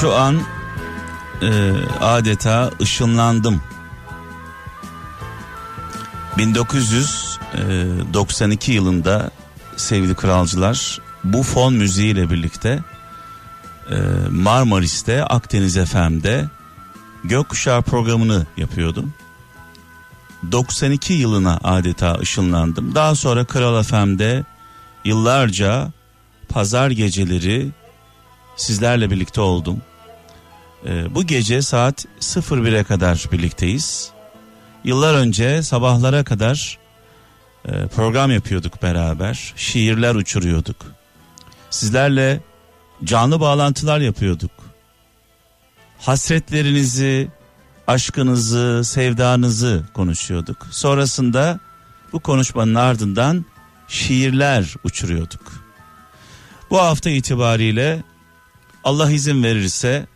Şu an adeta ışınlandım. 1992 yılında sevgili kralcılar, bu fon müziğiyle birlikte Marmaris'te, Akdeniz FM'de Gökkuşağı programını yapıyordum. 92 yılına adeta ışınlandım. Daha sonra Kral FM'de yıllarca pazar geceleri sizlerle birlikte oldum. Bu gece saat 01'e kadar birlikteyiz. Yıllar önce sabahlara kadar program yapıyorduk beraber. Şiirler uçuruyorduk. Sizlerle canlı bağlantılar yapıyorduk. Hasretlerinizi, aşkınızı, sevdanızı konuşuyorduk. Sonrasında bu konuşmanın ardından şiirler uçuruyorduk. Bu hafta itibariyle Allah izin verirse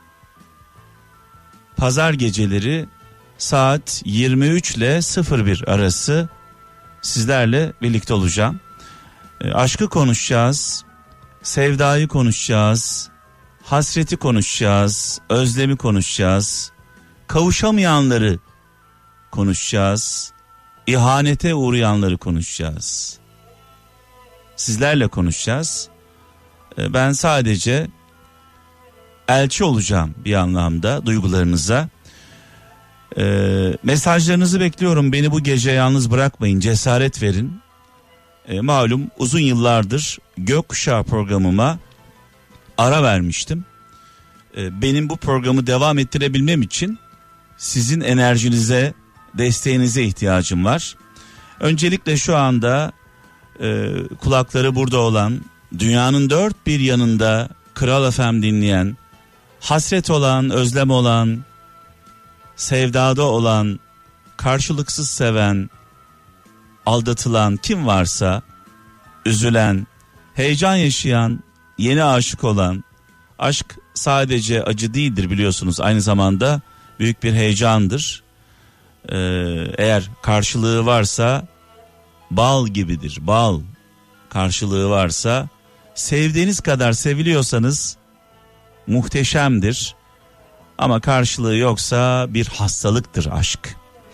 pazar geceleri saat 23 ile 01 arası sizlerle birlikte olacağım. Aşkı konuşacağız, sevdayı konuşacağız, hasreti konuşacağız, özlemi konuşacağız, kavuşamayanları konuşacağız, ihanete uğrayanları konuşacağız. Sizlerle konuşacağız. Ben sadece elçi olacağım bir anlamda duygularınıza. Mesajlarınızı bekliyorum. Beni bu gece yalnız bırakmayın, cesaret verin. Malum uzun yıllardır Gökkuşağı programıma ara vermiştim. Benim bu programı devam ettirebilmem için sizin enerjinize, desteğinize ihtiyacım var. Öncelikle şu anda kulakları burada olan, dünyanın dört bir yanında Kral FM dinleyen, hasret olan, özlem olan, sevdada olan, karşılıksız seven, aldatılan kim varsa, üzülen, heyecan yaşayan, yeni aşık olan, aşk sadece acı değildir biliyorsunuz, aynı zamanda büyük bir heyecandır. Eğer karşılığı varsa bal gibidir, bal. Karşılığı varsa, sevdiğiniz kadar seviliyorsanız muhteşemdir. Ama karşılığı yoksa bir hastalıktır aşk.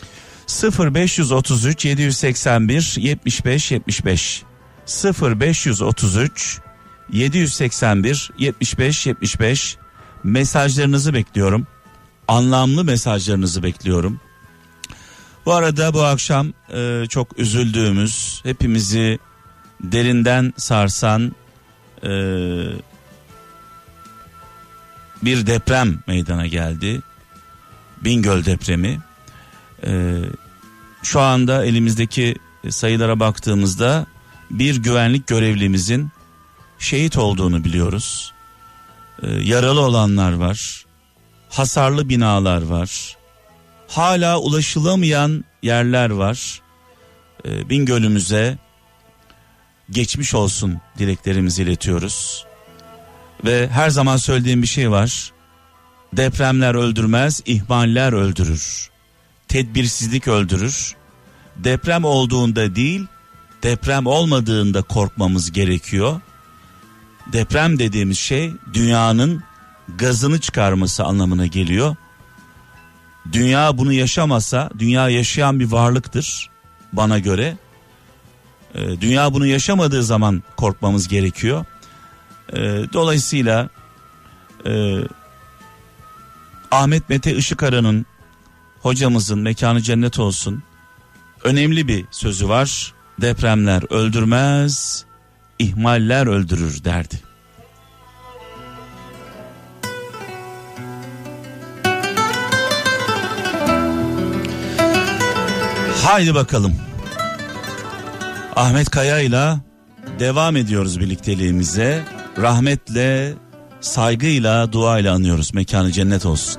0533 781 75 75 0533 781 75 75 mesajlarınızı bekliyorum. Anlamlı mesajlarınızı bekliyorum. Bu arada bu akşam çok üzüldüğümüz, hepimizi derinden sarsan bir deprem meydana geldi. Bingöl depremi. Şu anda elimizdeki sayılara baktığımızda bir güvenlik görevlimizin şehit olduğunu biliyoruz. Yaralı olanlar var. Hasarlı binalar var. Hala ulaşılamayan yerler var. Bingöl'ümüze geçmiş olsun dileklerimizi iletiyoruz. Ve her zaman söylediğim bir şey var. Depremler öldürmez, ihmaller öldürür. Tedbirsizlik öldürür. Deprem olduğunda değil, deprem olmadığında korkmamız gerekiyor. Deprem dediğimiz şey dünyanın gazını çıkarması anlamına geliyor. Dünya bunu yaşamasa, dünya yaşayan bir varlıktır bana göre. Dünya bunu yaşamadığı zaman korkmamız gerekiyor. Dolayısıyla Ahmet Mete Işıkara'nın, hocamızın, mekanı cennet olsun, önemli bir sözü var. Depremler öldürmez, ihmaller öldürür derdi. Haydi bakalım. Ahmet Kaya'yla devam ediyoruz birlikteliğimize. Rahmetle, saygıyla, duayla anıyoruz. Mekanı cennet olsun.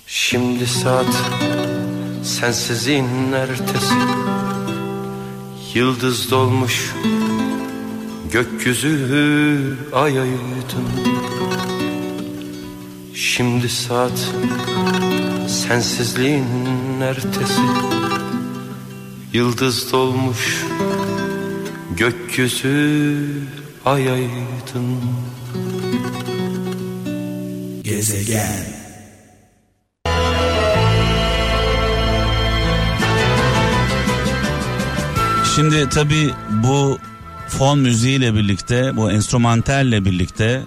Şimdi saat sensizin ertesi, Yıldız dolmuş gökyüzü ay aydın. Şimdi saat sensizliğin ertesi. Yıldız dolmuş gökyüzü ay aydın. Gezegen. Şimdi tabii bu fon müziğiyle birlikte, bu enstrümantalle birlikte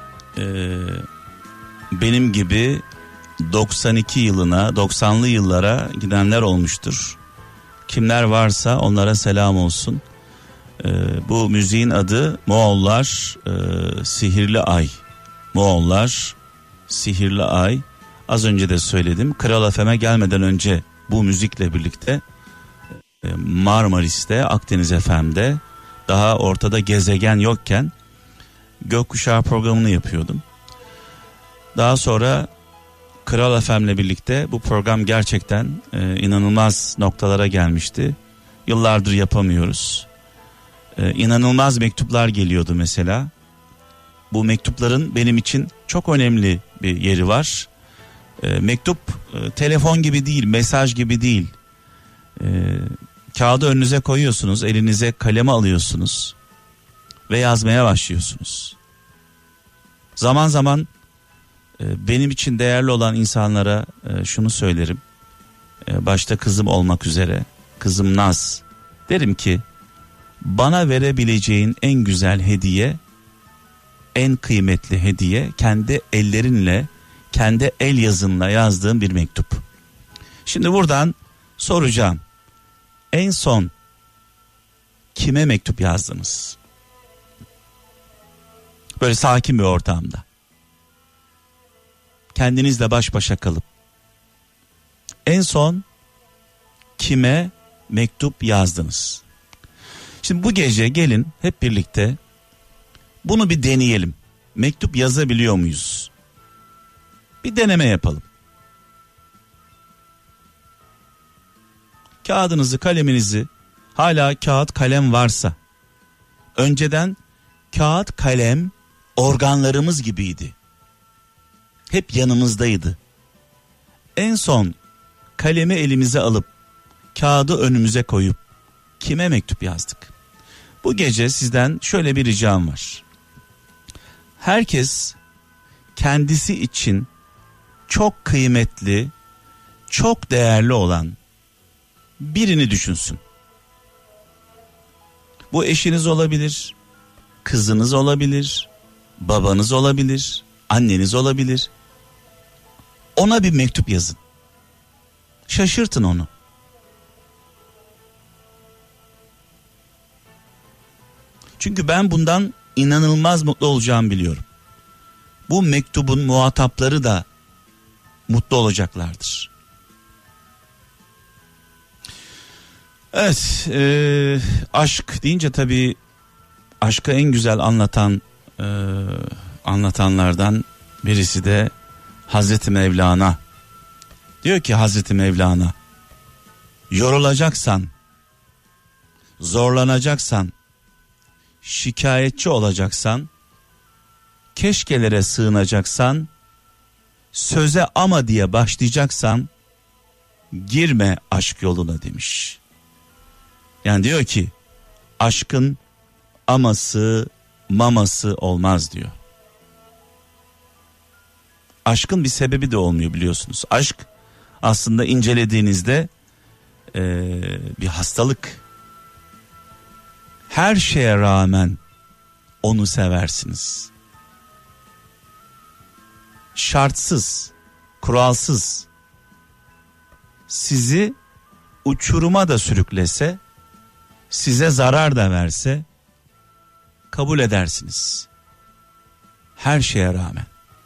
benim gibi 92 yılına, 90'lı yıllara gidenler olmuştur. Kimler varsa onlara selam olsun. Bu müziğin adı Moğollar Sihirli Ay. Moğollar Sihirli Ay. Az önce de söyledim. Kral FM'e gelmeden önce bu müzikle birlikte Marmaris'te, Akdeniz FM'de daha ortada gezegen yokken Gökkuşağı programını yapıyordum. Daha sonra Kral FM'le birlikte bu program gerçekten inanılmaz noktalara gelmişti. Yıllardır yapamıyoruz. İnanılmaz mektuplar geliyordu mesela. Bu mektupların benim için çok önemli bir yeri var. Mektup telefon gibi değil, mesaj gibi değil. Kağıdı önünüze koyuyorsunuz, elinize kaleme alıyorsunuz ve yazmaya başlıyorsunuz. Zaman zaman benim için değerli olan insanlara şunu söylerim. Başta kızım olmak üzere, kızım Naz. Derim ki bana verebileceğin en güzel hediye, en kıymetli hediye kendi ellerinle, kendi el yazınla yazdığın bir mektup. Şimdi buradan soracağım. En son kime mektup yazdınız? Böyle sakin bir ortamda. Kendinizle baş başa kalıp. En son kime mektup yazdınız? Şimdi bu gece gelin hep birlikte bunu bir deneyelim. Mektup yazabiliyor muyuz? Bir deneme yapalım. Kağıdınızı, kaleminizi, hala kağıt kalem varsa, önceden kağıt kalem organlarımız gibiydi. Hep yanımızdaydı. En son kalemi elimize alıp kağıdı önümüze koyup kime mektup yazdık? Bu gece sizden şöyle bir ricam var. Herkes kendisi için çok kıymetli, çok değerli olan birini düşünsün. Bu eşiniz olabilir, kızınız olabilir, babanız olabilir, anneniz olabilir. Ona bir mektup yazın. Şaşırtın onu. Çünkü ben bundan inanılmaz mutlu olacağımı biliyorum. Bu mektubun muhatapları da mutlu olacaklardır. Evet, aşk deyince tabii aşkı en güzel anlatanlardan birisi de Hazreti Mevlana. Diyor ki Hazreti Mevlana, yorulacaksan, zorlanacaksan, şikayetçi olacaksan, keşkelere sığınacaksan, söze ama diye başlayacaksan girme aşk yoluna demiş. Yani diyor ki aşkın aması maması olmaz diyor. Aşkın bir sebebi de olmuyor biliyorsunuz. Aşk aslında incelediğinizde bir hastalık. Her şeye rağmen onu seversiniz. Şartsız, kuralsız, sizi uçuruma da sürüklese, size zarar da verse kabul edersiniz. Her şeye rağmen.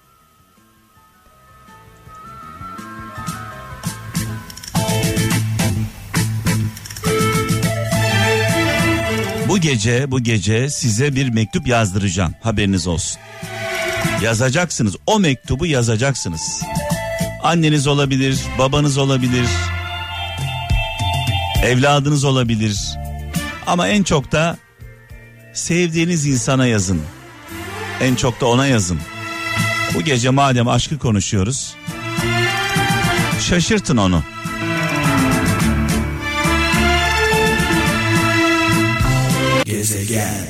Bu gece size bir mektup yazdıracağım. Haberiniz olsun. Yazacaksınız. O mektubu yazacaksınız. Anneniz olabilir, babanız olabilir, evladınız olabilir, Ama en çok da sevdiğiniz insana yazın. En çok da ona yazın. Bu gece madem aşkı konuşuyoruz, şaşırtın onu. Gezegen.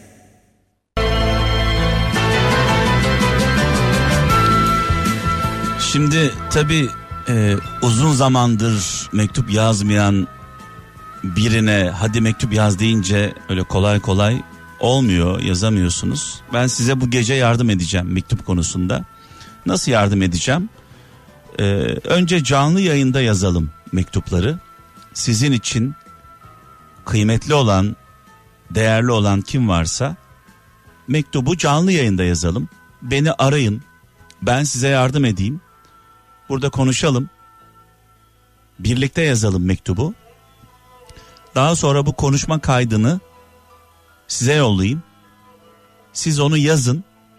Şimdi tabii uzun zamandır mektup yazmayan birine hadi mektup yaz deyince öyle kolay kolay olmuyor, yazamıyorsunuz. Ben size bu gece yardım edeceğim mektup konusunda. Nasıl yardım edeceğim? Önce canlı yayında yazalım mektupları. Sizin için kıymetli olan, değerli olan kim varsa mektubu canlı yayında yazalım. Beni arayın, ben size yardım edeyim. Burada konuşalım. Birlikte yazalım mektubu. Daha sonra bu konuşma kaydını size yollayayım. Siz onu yazın.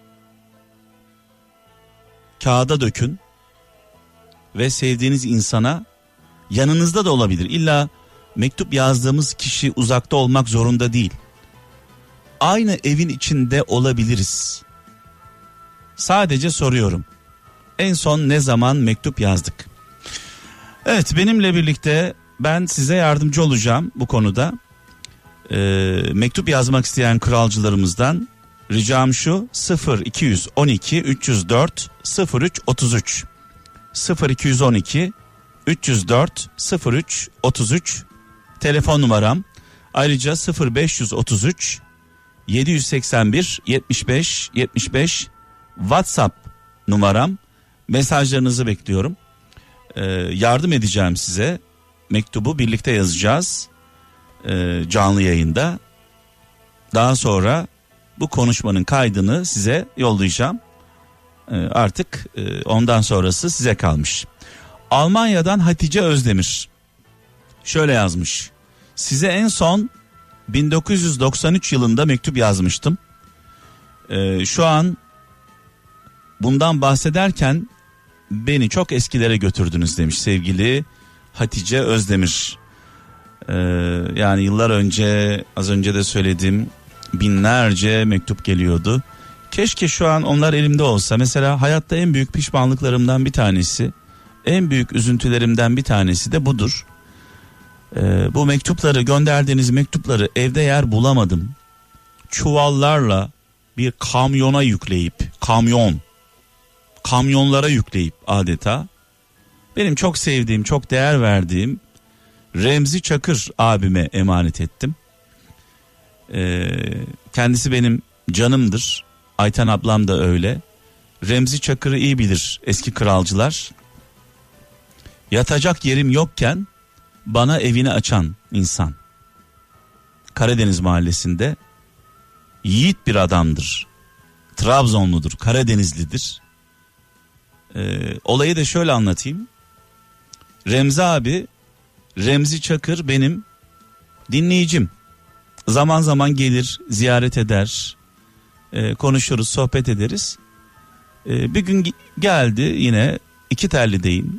Kağıda dökün. Ve sevdiğiniz insana, yanınızda da olabilir. İlla mektup yazdığımız kişi uzakta olmak zorunda değil. Aynı evin içinde olabiliriz. Sadece soruyorum. En son ne zaman mektup yazdık? Evet, benimle birlikte ben size yardımcı olacağım bu konuda. Mektup yazmak isteyen kralcılarımızdan ricam şu: 0212 304 03 33 0212 304 03 33 telefon numaram. Ayrıca 0533 781 75 75 WhatsApp numaram. Mesajlarınızı bekliyorum. Yardım edeceğim size. Mektubu birlikte yazacağız canlı yayında. Daha sonra bu konuşmanın kaydını size yollayacağım. Artık ondan sonrası size kalmış. Almanya'dan Hatice Özdemir şöyle yazmış: size en son 1993 yılında mektup yazmıştım. Şu an bundan bahsederken beni çok eskilere götürdünüz demiş sevgili Hatice Özdemir. Yani yıllar önce, az önce de söyledim, binlerce mektup geliyordu. Keşke şu an onlar elimde olsa. Mesela hayatta en büyük pişmanlıklarımdan bir tanesi, en büyük üzüntülerimden bir tanesi de budur. Bu mektupları, gönderdiğiniz mektupları evde yer bulamadım. Çuvallarla bir kamyona yükleyip, kamyonlara yükleyip adeta benim çok sevdiğim, çok değer verdiğim Remzi Çakır abime emanet ettim. Kendisi benim canımdır. Ayten ablam da öyle. Remzi Çakır'ı iyi bilir eski kralcılar. Yatacak yerim yokken bana evini açan insan. Karadeniz mahallesinde yiğit bir adamdır. Trabzonludur, Karadenizlidir. Olayı da şöyle anlatayım. Remzi abi, Remzi Çakır benim dinleyicim. Zaman zaman gelir, ziyaret eder, konuşuruz, sohbet ederiz. Bir gün geldi, yine iki terlideyim.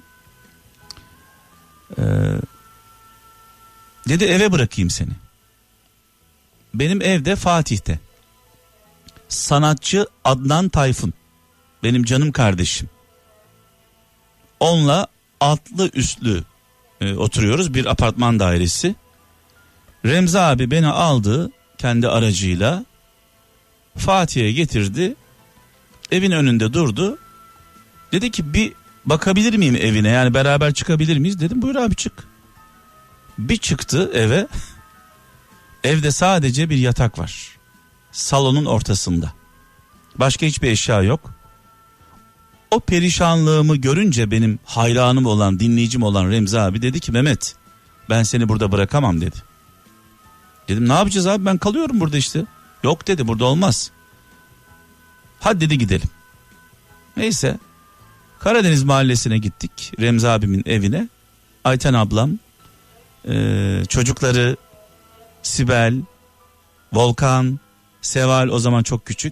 Dedi eve bırakayım seni. Benim evde Fatih'te. Sanatçı Adnan Tayfun, benim canım kardeşim. Onunla altlı üstlü oturuyoruz, bir apartman dairesi. Remzi abi beni aldı kendi aracıyla, Fatih'e getirdi, evin önünde durdu. Dedi ki bir bakabilir miyim evine, yani beraber çıkabilir miyiz? Dedim buyur abi çık. Bir çıktı eve. Evde sadece bir yatak var, salonun ortasında, başka hiçbir eşya yok. O perişanlığımı görünce benim hayranım olan, dinleyicim olan Remzi abi dedi ki Mehmet, ben seni burada bırakamam dedi. Dedim ne yapacağız abi, ben kalıyorum burada işte. Yok dedi, burada olmaz. Hadi dedi gidelim. Neyse, Karadeniz mahallesine gittik, Remzi abimin evine. Ayten ablam, çocukları Sibel, Volkan, Seval o zaman çok küçük.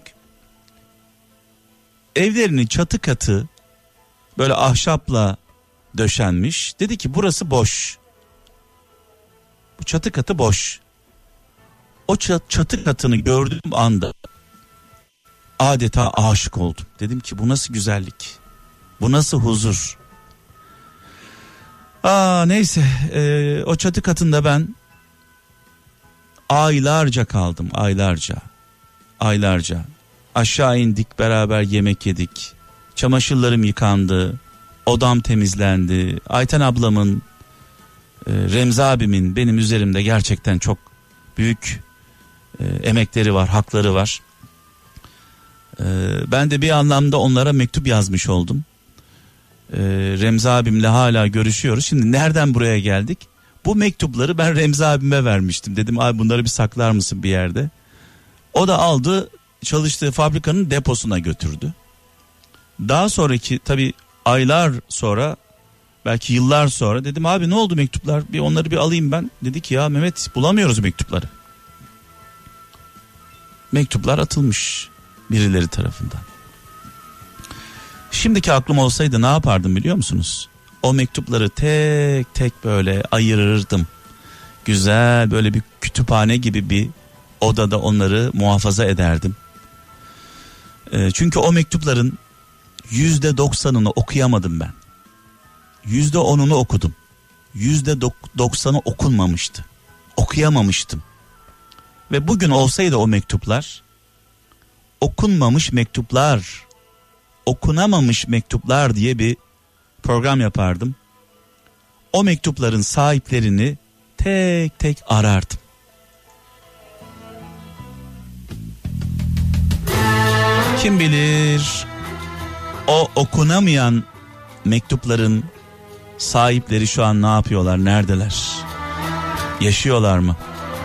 Evlerinin çatı katı böyle ahşapla döşenmiş. Dedi ki burası boş. Bu çatı katı boş. o çatı katını gördüğüm anda adeta aşık oldum. Dedim ki bu nasıl güzellik, bu nasıl huzur. Neyse, o çatı katında ben aylarca kaldım, aylarca. Aşağı indik, beraber yemek yedik. Çamaşırlarım yıkandı, odam temizlendi. Ayten ablamın, Remzi abimin benim üzerimde gerçekten çok büyük emekleri var, hakları var. Ben de bir anlamda onlara mektup yazmış oldum. Remzi abimle hala görüşüyoruz. Şimdi nereden buraya geldik? Bu mektupları ben Remzi abime vermiştim. Dedim abi bunları bir saklar mısın bir yerde? O da aldı, çalıştığı fabrikanın deposuna götürdü. Daha sonraki tabii aylar sonra, belki yıllar sonra dedim abi ne oldu mektuplar? Bir onları bir alayım ben. Dedi ki ya Mehmet bulamıyoruz mektupları. Mektuplar atılmış birileri tarafından. Şimdiki aklım olsaydı ne yapardım biliyor musunuz? O mektupları tek tek böyle ayırırdım. Güzel böyle bir kütüphane gibi bir odada onları muhafaza ederdim. Çünkü o mektupların %90'ını okuyamadım ben. %10'unu okudum. %90'ı okunmamıştı. Okuyamamıştım. Ve bugün olsaydı o mektuplar, okunmamış mektuplar, okunamamış mektuplar diye bir program yapardım. O mektupların sahiplerini tek tek arardım. Kim bilir o okunamayan mektupların sahipleri şu an ne yapıyorlar, neredeler? Yaşıyorlar mı?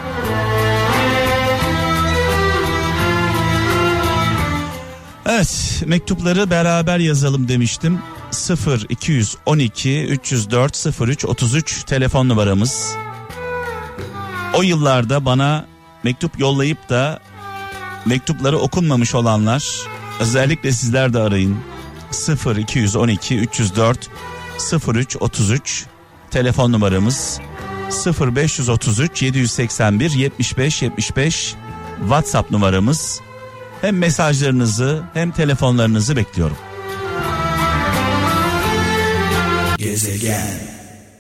Evet, mektupları beraber yazalım demiştim. 0212 304 03 33 telefon numaramız. O yıllarda bana mektup yollayıp da mektupları okunmamış olanlar, özellikle sizler de arayın. 0212 304 03 33 telefon numaramız. 0533 781 75 75 WhatsApp numaramız. Hem mesajlarınızı hem telefonlarınızı bekliyorum. Gezegen.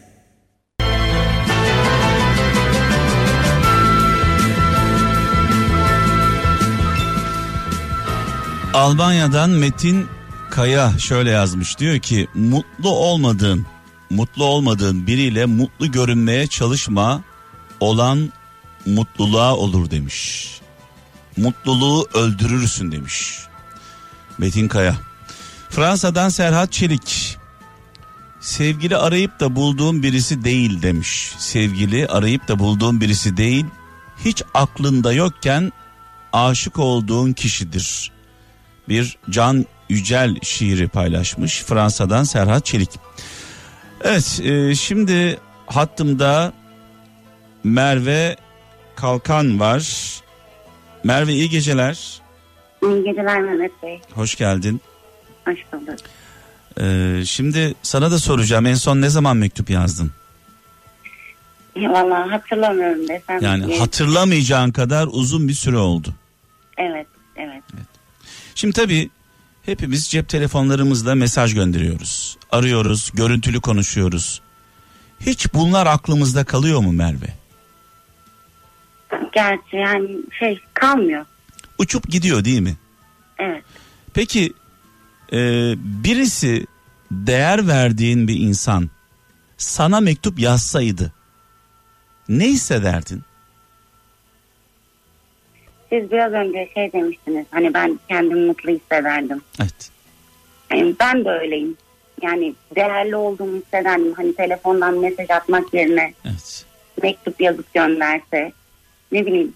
Almanya'dan Metin Kaya şöyle yazmış, diyor ki mutlu olmadığın biriyle mutlu görünmeye çalışma, olan mutluluğa olur demiş. Mutluluğu öldürürsün demiş Metin Kaya. Fransa'dan Serhat Çelik, sevgili arayıp da bulduğum birisi değil demiş. Sevgili arayıp da bulduğum birisi değil, hiç aklında yokken aşık olduğun kişidir. Bir Can Yücel şiiri paylaşmış Fransa'dan Serhat Çelik. Evet, şimdi hattımda Merve Kalkan var. Merve iyi geceler. İyi geceler Mehmet Bey. Hoş geldin. Hoş bulduk. Şimdi sana da soracağım, en son ne zaman mektup yazdın? Vallahi hatırlamıyorum desem. Yani hatırlamayacağın kadar uzun bir süre oldu. Evet. Şimdi tabii hepimiz cep telefonlarımızla mesaj gönderiyoruz. Arıyoruz, görüntülü konuşuyoruz. Hiç bunlar aklımızda kalıyor mu Merve? Gerçi yani kalmıyor. Uçup gidiyor değil mi? Evet. Peki birisi, değer verdiğin bir insan sana mektup yazsaydı ne hissederdin? Siz biraz önce demiştiniz. Hani ben kendimi mutlu hissederdim. Evet. Yani ben de öyleyim. Yani değerli olduğumu hissederdim. Hani telefondan mesaj atmak yerine Evet. mektup yazıp gönderse. Ne bileyim.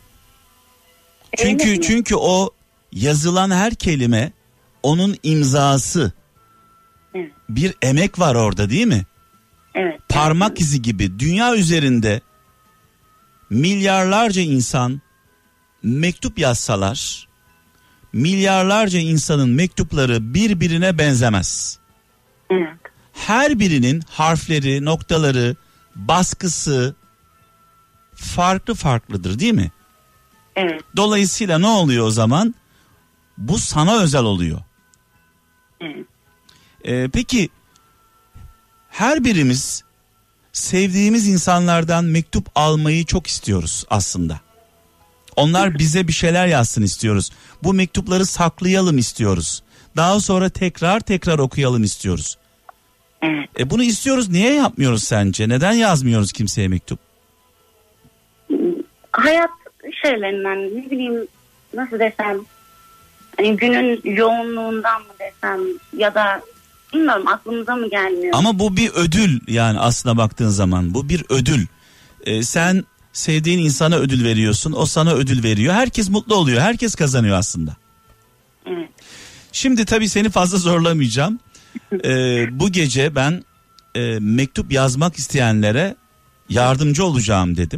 Çünkü o yazılan her kelime onun imzası. Evet. Bir emek var orada değil mi? Evet. Parmak izi gibi dünya üzerinde milyarlarca insan mektup yazsalar, milyarlarca insanın mektupları birbirine benzemez. Evet. Her birinin harfleri, noktaları, baskısı farklıdır değil mi? Evet. Dolayısıyla ne oluyor o zaman? Bu sana özel oluyor. Evet. Peki her birimiz sevdiğimiz insanlardan mektup almayı çok istiyoruz aslında. Onlar bize bir şeyler yazsın istiyoruz. Bu mektupları saklayalım istiyoruz. Daha sonra tekrar okuyalım istiyoruz. Evet. Bunu istiyoruz, niye yapmıyoruz sence? Neden yazmıyoruz kimseye mektup? Hayat şeylerinden, ne bileyim, nasıl desem, hani günün yoğunluğundan mı desem, ya da bilmiyorum, aklımıza mı gelmiyor. Ama bu bir ödül, yani aslına baktığın zaman bu bir ödül. Sen sevdiğin insana ödül veriyorsun, o sana ödül veriyor. Herkes mutlu oluyor, herkes kazanıyor aslında. Evet. Şimdi tabii seni fazla zorlamayacağım. Bu gece ben mektup yazmak isteyenlere yardımcı olacağım dedim.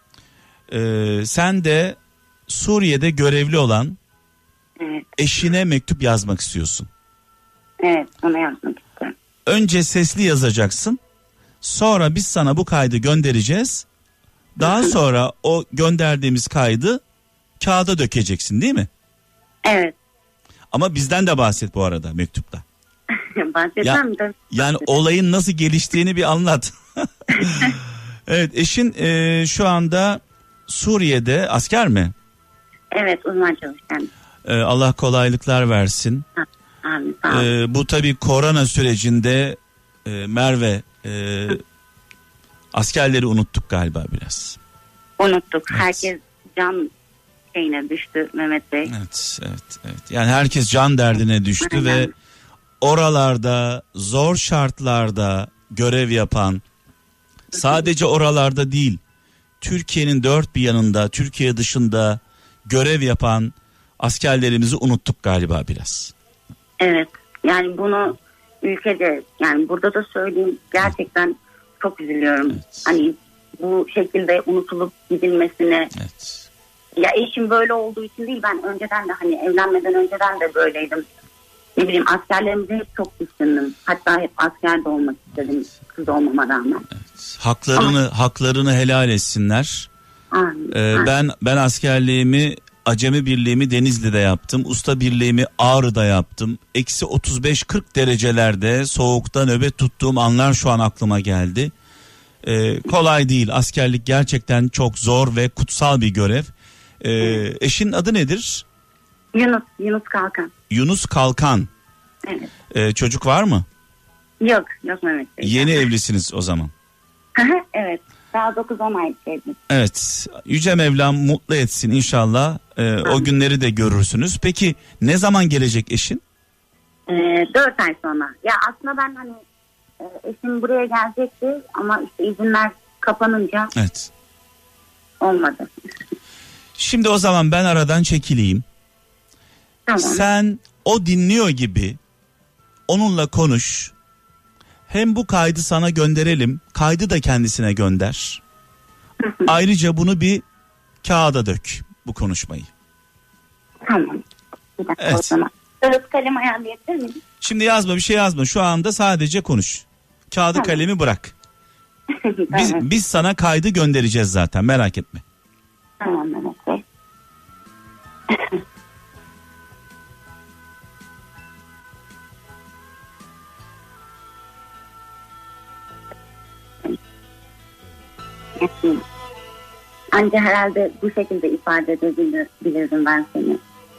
Sen de Suriye'de görevli olan eşine mektup yazmak istiyorsun. Evet, ona yazmak istiyorum. Önce sesli yazacaksın. Sonra biz sana bu kaydı göndereceğiz. Daha sonra o gönderdiğimiz kaydı kağıda dökeceksin, değil mi? Evet. Ama bizden de bahset bu arada mektupta. Bahsetsem de. Yani olayın nasıl geliştiğini bir anlat. Evet, eşin şu anda Suriye'de asker mi? Evet, uzman çalışan. Allah kolaylıklar versin. Amin, sağ ol. Bu tabii korona sürecinde Merve askerleri unuttuk galiba biraz. Unuttuk. Evet. Herkes can şeyine düştü Mehmet Bey. Evet. Yani herkes can derdine düştü ve oralarda zor şartlarda görev yapan, sadece oralarda değil, Türkiye'nin dört bir yanında, Türkiye dışında görev yapan askerlerimizi unuttuk galiba biraz. Evet. Yani bunu ülkede, yani burada da söyleyeyim, gerçekten çok üzülüyorum. Evet. Hani bu şekilde unutulup gidilmesine. Evet. Ya eşim böyle olduğu için değil, ben önceden de, hani evlenmeden önceden de böyleydim. Ne bileyim, askerlerimize hep çok düşündüm. Hatta hep asker de olmak istedim, kız olmama rağmen. Evet. Haklarını helal etsinler. Aynen. Ben askerliğimi, acemi birliğimi Denizli'de yaptım. Usta birliğimi Ağrı'da yaptım. Eksi 35-40 derecelerde soğukta nöbet tuttuğum anlar şu an aklıma geldi. Kolay değil. Askerlik gerçekten çok zor ve kutsal bir görev. Eşin adı nedir? Yunus Kalkan. Yunus Kalkan. Evet. Çocuk var mı? Yok Mehmet Bey. Yeni evlisiniz o zaman. Evet. Daha 9-10 ay sevdim. Evet. Yüce Mevlam mutlu etsin inşallah. O günleri de görürsünüz. Peki ne zaman gelecek eşin? 4 ay sonra. Ya aslında ben hani eşim buraya gelecekti ama işte izinler kapanınca Evet. olmadı. Şimdi o zaman ben aradan çekileyim. Tamam. Sen o dinliyor gibi onunla konuş. Hem bu kaydı sana gönderelim. Kaydı da kendisine gönder. Ayrıca bunu bir kağıda dök, bu konuşmayı. Tamam. Bir dakika, Evet. o zaman. Kağıt kalem ayarlayabilir miyim? Şimdi yazma, bir şey yazma. Şu anda sadece konuş. Kağıdı Tamam. kalemi bırak. Tamam. Biz sana kaydı göndereceğiz zaten, merak etme. Tamam Mehmet Bey. Anca herhalde bu şekilde ifade edebilirdim ben seni.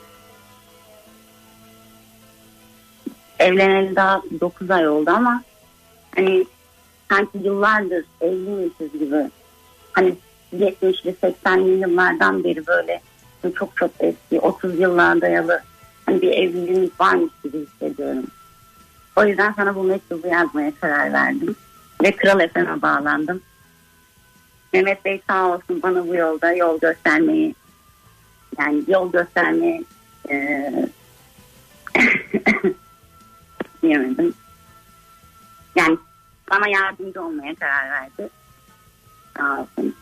Evleneli daha 9 ay oldu ama hani sanki yıllardır evliymişiz gibi. Hani 70'li 80'li yıllardan beri böyle çok eski, 30 yıllara dayalı hani bir evliliğimiz varmış gibi hissediyorum. O yüzden sana bu mektubu yazmaya karar verdim ve Kral FM'e bağlandım. Mehmet Bey sağ olsun bana bu yolda yol göstermeyi, yani yol göstermeyi diyemedim. Yani bana yardımcı olmaya karar verdi. Sağ olsun.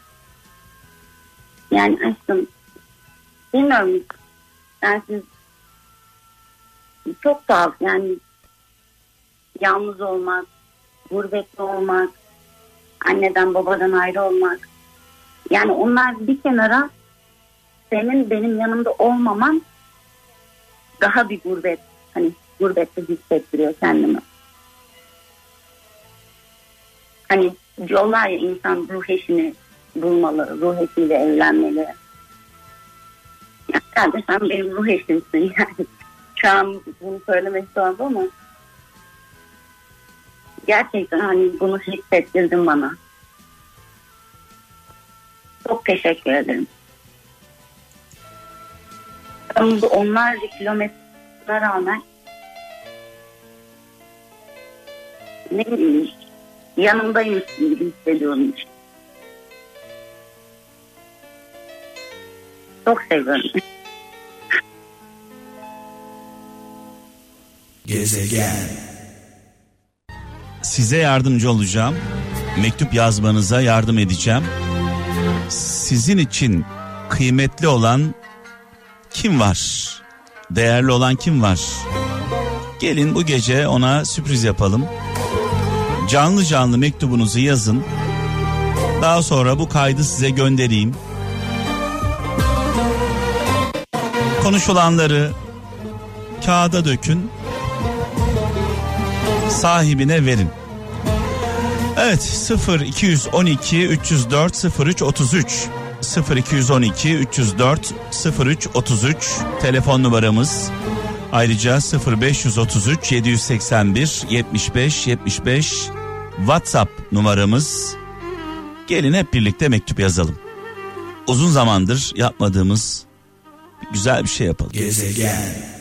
Yani aşkım, bilmiyorum, sensiz çok tuhaf, yani yalnız olmak, gurbetli olmak, anneden babadan ayrı olmak, yani onlar bir kenara, senin benim yanımda olmaman daha bir gurbet, hani gurbette hissettiriyor kendimi. Hani diyorlar ya, insan ruh eşini bulmalı, ruh eşiyle evlenmeli. Yani sen benim ruh eşimsin yani. Şu an bunu söylemek zor ama gerçekten hani bunu hissettirdin bana. Çok teşekkür ederim. Ben bu onlarca kilometreye rağmen ne bileyim, yanımdaymışsın gibi hissediyorum. Çok seviyorum. Gezegen. Size yardımcı olacağım. Mektup yazmanıza yardım edeceğim. Sizin için kıymetli olan kim var? Değerli olan kim var? Gelin bu gece ona sürpriz yapalım. Canlı canlı mektubunuzu yazın. Daha sonra bu kaydı size göndereyim. Konuşulanları kağıda dökün. Sahibine verin. Evet, 0212 304 03 33 0212 304 03 33 telefon numaramız. Ayrıca 0533 781 75 75 WhatsApp numaramız. Gelin hep birlikte mektup yazalım. Uzun zamandır yapmadığımız güzel bir şey yapalım. Gezegen.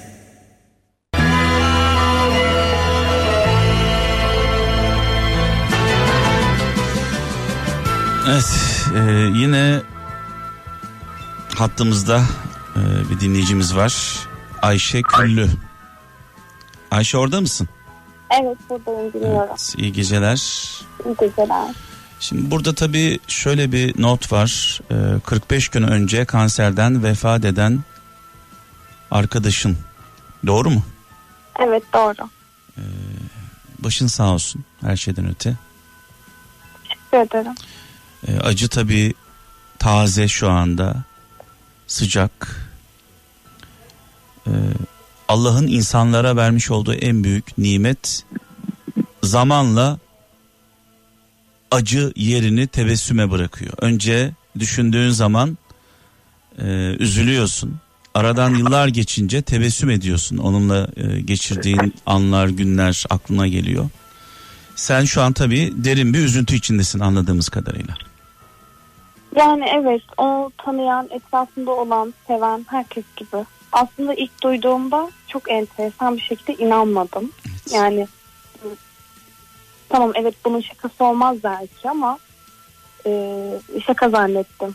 Evet, yine hattımızda bir dinleyicimiz var. Ayşe Küllü. Ayşe, orada mısın? Evet, buradayım, dinliyorum. Evet, iyi geceler. İyi geceler. Şimdi burada tabii şöyle bir not var. 45 gün önce kanserden vefat eden arkadaşın. Doğru mu? Evet, doğru. Başın sağ olsun her şeyden öte. Teşekkür ederim. Acı tabii taze şu anda. Sıcak. Allah'ın insanlara vermiş olduğu en büyük nimet, zamanla acı yerini tebessüme bırakıyor. Önce düşündüğün zaman üzülüyorsun. Aradan yıllar geçince tebessüm ediyorsun. Onunla geçirdiğin anlar, günler aklına geliyor. Sen şu an tabii derin bir üzüntü içindesin anladığımız kadarıyla. Yani evet, onu tanıyan, etrafında olan, seven herkes gibi. Aslında ilk duyduğumda çok enteresan bir şekilde inanmadım. Evet. Yani tamam, evet, bunun şakası olmaz belki ama şaka zannettim.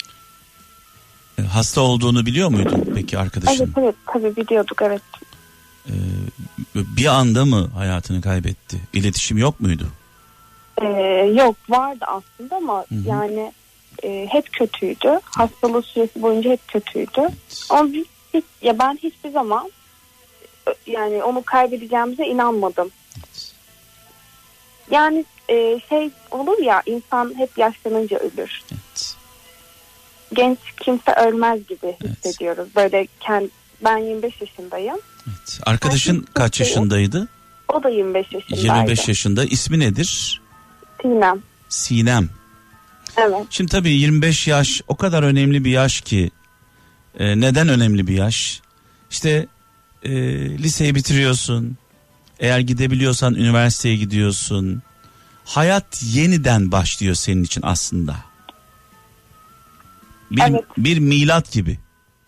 Hasta olduğunu biliyor muydun peki arkadaşın? Evet, tabii biliyorduk, evet. Bir anda mı hayatını kaybetti? İletişim yok muydu? Yok, vardı aslında ama yani hep kötüydü. Hastalığı süresi boyunca hep kötüydü. Ama ben hiçbir zaman yani onu kaybedeceğimize inanmadım. Yani şey olur ya, insan hep yaşlanınca ölür. Evet. Genç kimse ölmez gibi hissediyoruz. Böyle ben 25 yaşındayım. Evet. Arkadaşın kaç yaşındaydı? O da 25 yaşındaydı. 25 yaşında. İsmi nedir? Sinem. Sinem. Evet. Şimdi tabii 25 yaş o kadar önemli bir yaş ki. Neden önemli bir yaş? İşte liseyi bitiriyorsun. Eğer gidebiliyorsan üniversiteye gidiyorsun. Hayat yeniden başlıyor senin için aslında. Bir milat gibi.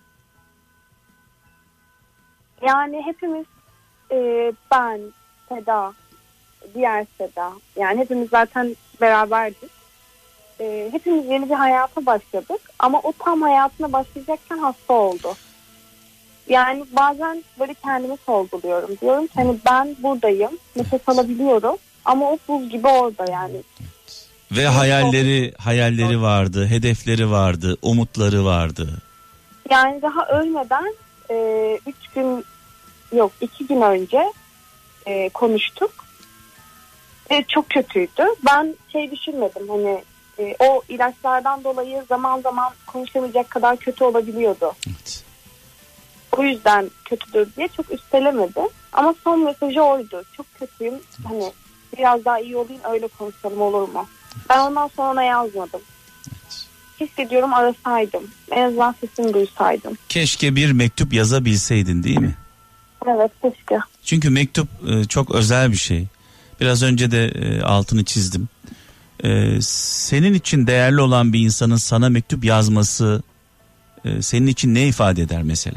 Yani hepimiz ben, Seda, diğer Seda, yani hepimiz zaten beraberdik. Hepimiz yeni bir hayata başladık ama o tam hayatına başlayacakken hasta oldu. Yani bazen böyle kendimi sorguluyorum. Diyorum ki hani ben buradayım, nefes alabiliyorum ama o buz gibi orada yani. Ve hayalleri vardı, hedefleri vardı, umutları vardı. Yani daha ölmeden 2 gün önce konuştuk. Çok kötüydü. Ben düşünmedim, hani o ilaçlardan dolayı zaman zaman konuşamayacak kadar kötü olabiliyordu. Evet. O yüzden kötüdür diye çok üstelemedi. Ama son mesajı oydu. Çok kötüyüm. Hani biraz daha iyi olayım, öyle konuşalım olur mu? Ben ondan sonra ona yazmadım. Evet. Keşke diyorum arasaydım. En azından sesini duysaydım. Keşke bir mektup yazabilseydin, değil mi? Evet, keşke. Çünkü mektup çok özel bir şey. Biraz önce de altını çizdim. Senin için değerli olan bir insanın sana mektup yazması senin için ne ifade eder mesela?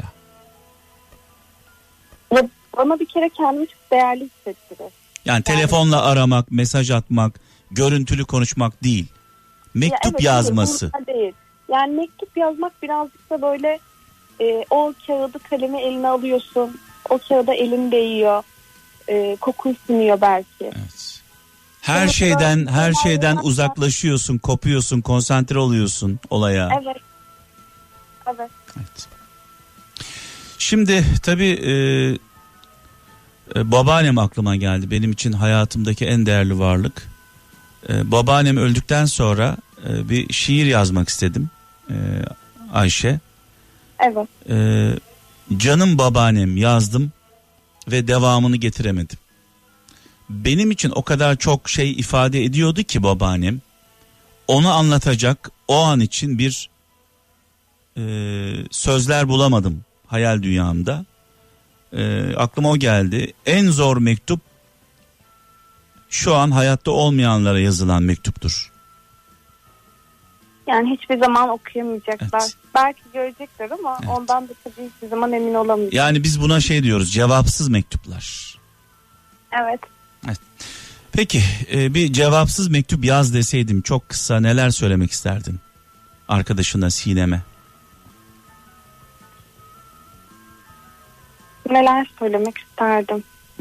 Ya, bana bir kere kendimi çok değerli hissettirir. Yani telefonla aramak, mesaj atmak, görüntülü konuşmak değil. Mektup evet, yazması. Değil. Yani mektup yazmak birazcık da böyle o kağıdı, kalemi eline alıyorsun. O kağıda elin değiyor. Kokuyu siniyor belki. Evet. Her şeyden uzaklaşıyorsun, kopuyorsun, konsantre oluyorsun olaya. Evet. Evet. Evet. Şimdi tabii babaannem aklıma geldi. Benim için hayatımdaki en değerli varlık. Babaannem öldükten sonra bir şiir yazmak istedim. Ayşe. Evet. Canım babaannem yazdım ve devamını getiremedim. Benim için o kadar çok şey ifade ediyordu ki babaannem. Onu anlatacak o an için bir sözler bulamadım hayal dünyamda. Aklıma o geldi. En zor mektup şu an hayatta olmayanlara yazılan mektuptur. Yani hiçbir zaman okuyamayacaklar. Evet. Belki görecekler ama Evet. ondan da tabii hiçbir zaman emin olamayacak. Yani biz buna şey diyoruz, cevapsız mektuplar. Evet. Peki bir cevapsız mektup yaz deseydim çok kısa neler söylemek isterdin arkadaşına Sinem'e? Neler söylemek isterdim?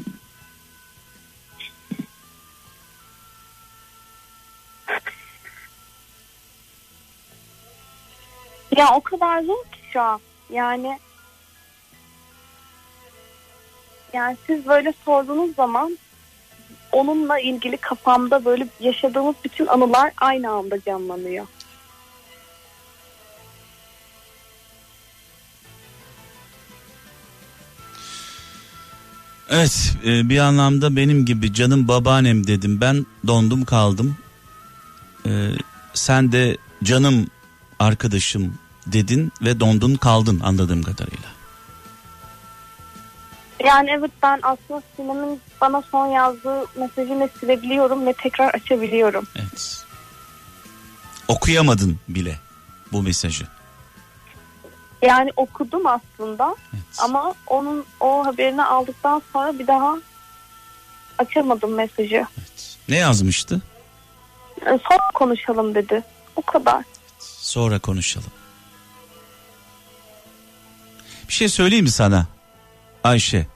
Ya o kadar zor ki şu an. Yani siz böyle sorduğunuz zaman onunla ilgili kafamda böyle yaşadığımız bütün anılar aynı anda canlanıyor. Evet, bir anlamda benim gibi canım babaannem dedim, ben dondum kaldım. Sen de canım arkadaşım dedin ve dondun kaldın anladığım kadarıyla. Yani evet, ben aslında Sinem'in bana son yazdığı mesajını silebiliyorum ve tekrar açabiliyorum. Evet. Okuyamadın bile bu mesajı. Yani okudum aslında, Evet. ama onun o haberini aldıktan sonra bir daha açamadım mesajı. Evet. Ne yazmıştı? Sonra konuşalım dedi. O kadar. Sonra konuşalım. Bir şey söyleyeyim mi sana Ayşe?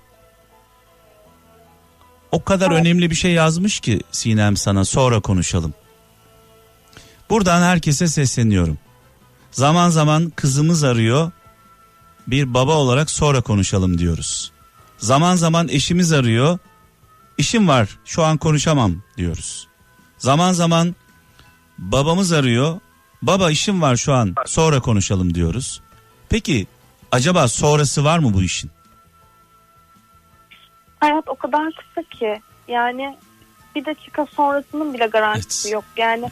O kadar Evet. önemli bir şey yazmış ki Sinem sana, sonra konuşalım. Buradan herkese sesleniyorum. Zaman zaman kızımız arıyor. Bir baba olarak sonra konuşalım diyoruz. Zaman zaman eşimiz arıyor. İşim var, şu an konuşamam diyoruz. Zaman zaman babamız arıyor. Baba işim var şu an, sonra konuşalım diyoruz. Peki acaba sonrası var mı bu işin? Hayat o kadar kısa ki, yani bir dakika sonrasının bile garantisi Evet. yok. Yani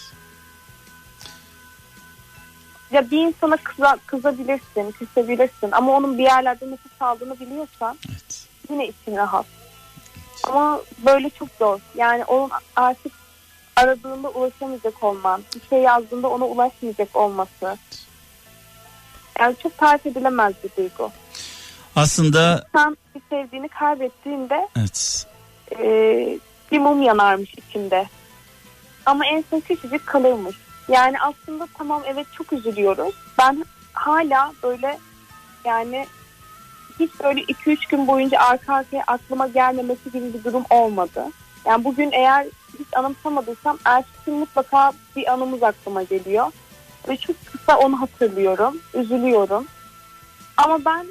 ya bir insana kızabilirsin, küsebilirsin ama onun bir yerlerde nefes aldığını biliyorsan Evet. yine için rahat. Ama böyle çok zor. Yani onun artık aradığında ulaşamayacak olman, bir şey yazdığında ona ulaşmayacak olması. Yani çok tarif edilemez bir duygu. Aslında Sen bir sevdiğini kaybettiğinde evet. Bir mum yanarmış içinde. Ama en son küçücük kalırmış. Yani aslında tamam, evet, çok üzülüyoruz. Ben hala böyle, yani hiç böyle 2-3 gün boyunca arka arkaya aklıma gelmemesi gibi bir durum olmadı. Yani bugün eğer hiç anımsamadıysam ertesi gün mutlaka bir anımız aklıma geliyor. Ve çok kısa onu hatırlıyorum, üzülüyorum. Ama ben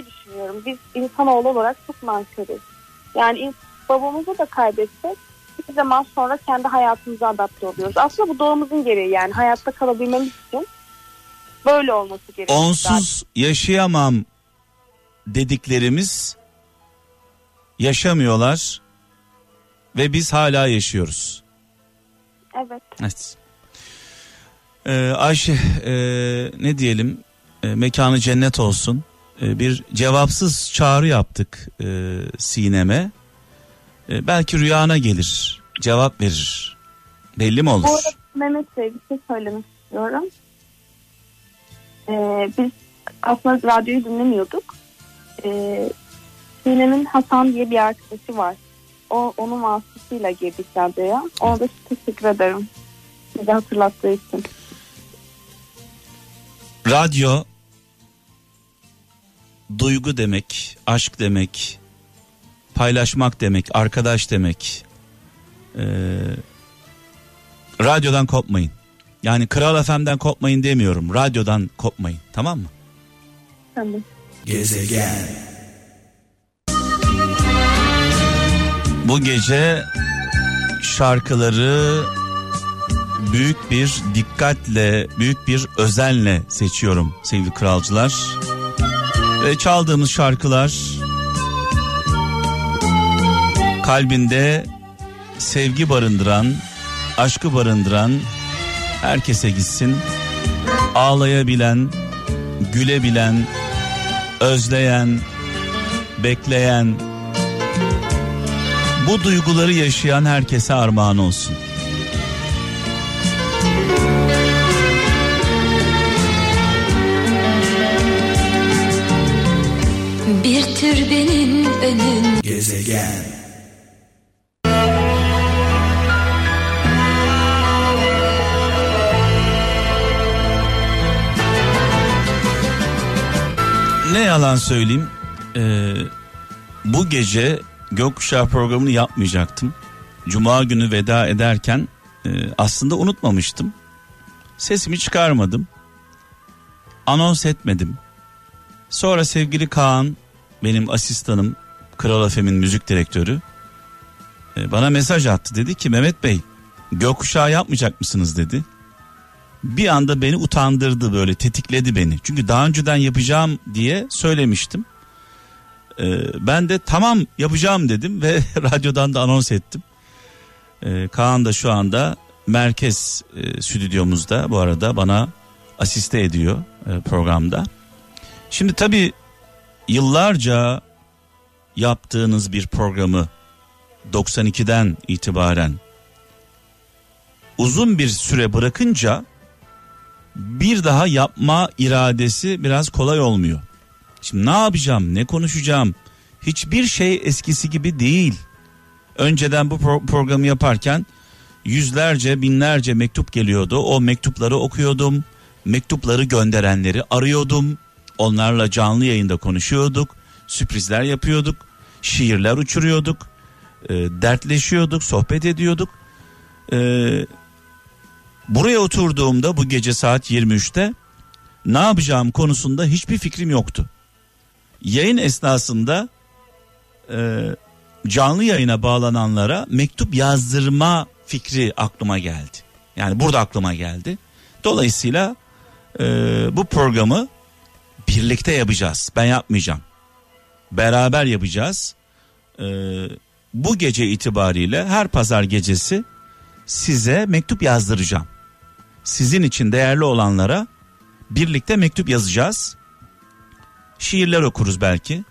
düşünüyorum, biz insanoğlu olarak çok nankörüz. Yani babamızı da kaybetsek bir zaman sonra kendi hayatımıza adapte oluyoruz. Aslında bu doğamızın gereği, yani hayatta kalabilmemiz için böyle olması gerekiyor. Onsuz yaşayamam dediklerimiz yaşamıyorlar ve biz hala yaşıyoruz. Evet. Evet. Ayşe, ne diyelim, mekanı cennet olsun. Bir cevapsız çağrı yaptık Sinem'e. Belki rüyana gelir, cevap verir. Belli mi olur? Bu arada Mehmet Bey, bir şey söylemek istiyorum. Biz aslında radyoyu dinlemiyorduk. Sinem'in Hasan diye bir arkadaşı var. Onun vasıtasıyla girdik radyoya. Ona da teşekkür ederim. Bizi hatırlattığı için. Radyo duygu demek, aşk demek, paylaşmak demek, arkadaş demek. Radyodan kopmayın. Yani Kral FM'den kopmayın demiyorum. Radyodan kopmayın. Tamam mı? Tamam. Gezegen. Bu gece şarkıları büyük bir dikkatle, büyük bir özenle seçiyorum sevgili kralcılar. Ve çaldığımız şarkılar kalbinde sevgi barındıran, aşkı barındıran herkese gitsin. Ağlayabilen, gülebilen, özleyen, bekleyen, bu duyguları yaşayan herkese armağan olsun. Bir türbenin önün. Gezegen. Ne yalan söyleyeyim, bu gece Gökkuşağı programını yapmayacaktım. Cuma günü veda ederken aslında unutmamıştım. Sesimi çıkarmadım. Anons etmedim. Sonra sevgili Kaan, benim asistanım, Kral FM'in müzik direktörü, bana mesaj attı. Dedi ki Mehmet Bey, Gökkuşağı yapmayacak mısınız dedi. Bir anda beni utandırdı, böyle tetikledi beni. Çünkü daha önceden yapacağım diye söylemiştim. Ben de tamam yapacağım dedim ve radyodan da anons ettim. Kaan da şu anda merkez stüdyomuzda, bu arada bana asiste ediyor programda. Şimdi tabii yıllarca yaptığınız bir programı 92'den itibaren uzun bir süre bırakınca bir daha yapma iradesi biraz kolay olmuyor. Şimdi ne yapacağım, ne konuşacağım? Hiçbir şey eskisi gibi değil. Önceden bu programı yaparken yüzlerce, binlerce mektup geliyordu. O mektupları okuyordum. Mektupları gönderenleri arıyordum. Onlarla canlı yayında konuşuyorduk. Sürprizler yapıyorduk. Şiirler uçuruyorduk. Dertleşiyorduk, sohbet ediyorduk. Buraya oturduğumda bu gece saat 23'te ne yapacağım konusunda hiçbir fikrim yoktu. Yayın esnasında canlı yayına bağlananlara mektup yazdırma fikri aklıma geldi. Yani burada aklıma geldi. Dolayısıyla bu programı birlikte yapacağız. Ben yapmayacağım. Beraber yapacağız. Bu gece itibariyle her pazar gecesi size mektup yazdıracağım. Sizin için değerli olanlara birlikte mektup yazacağız. Şiirler okuruz belki.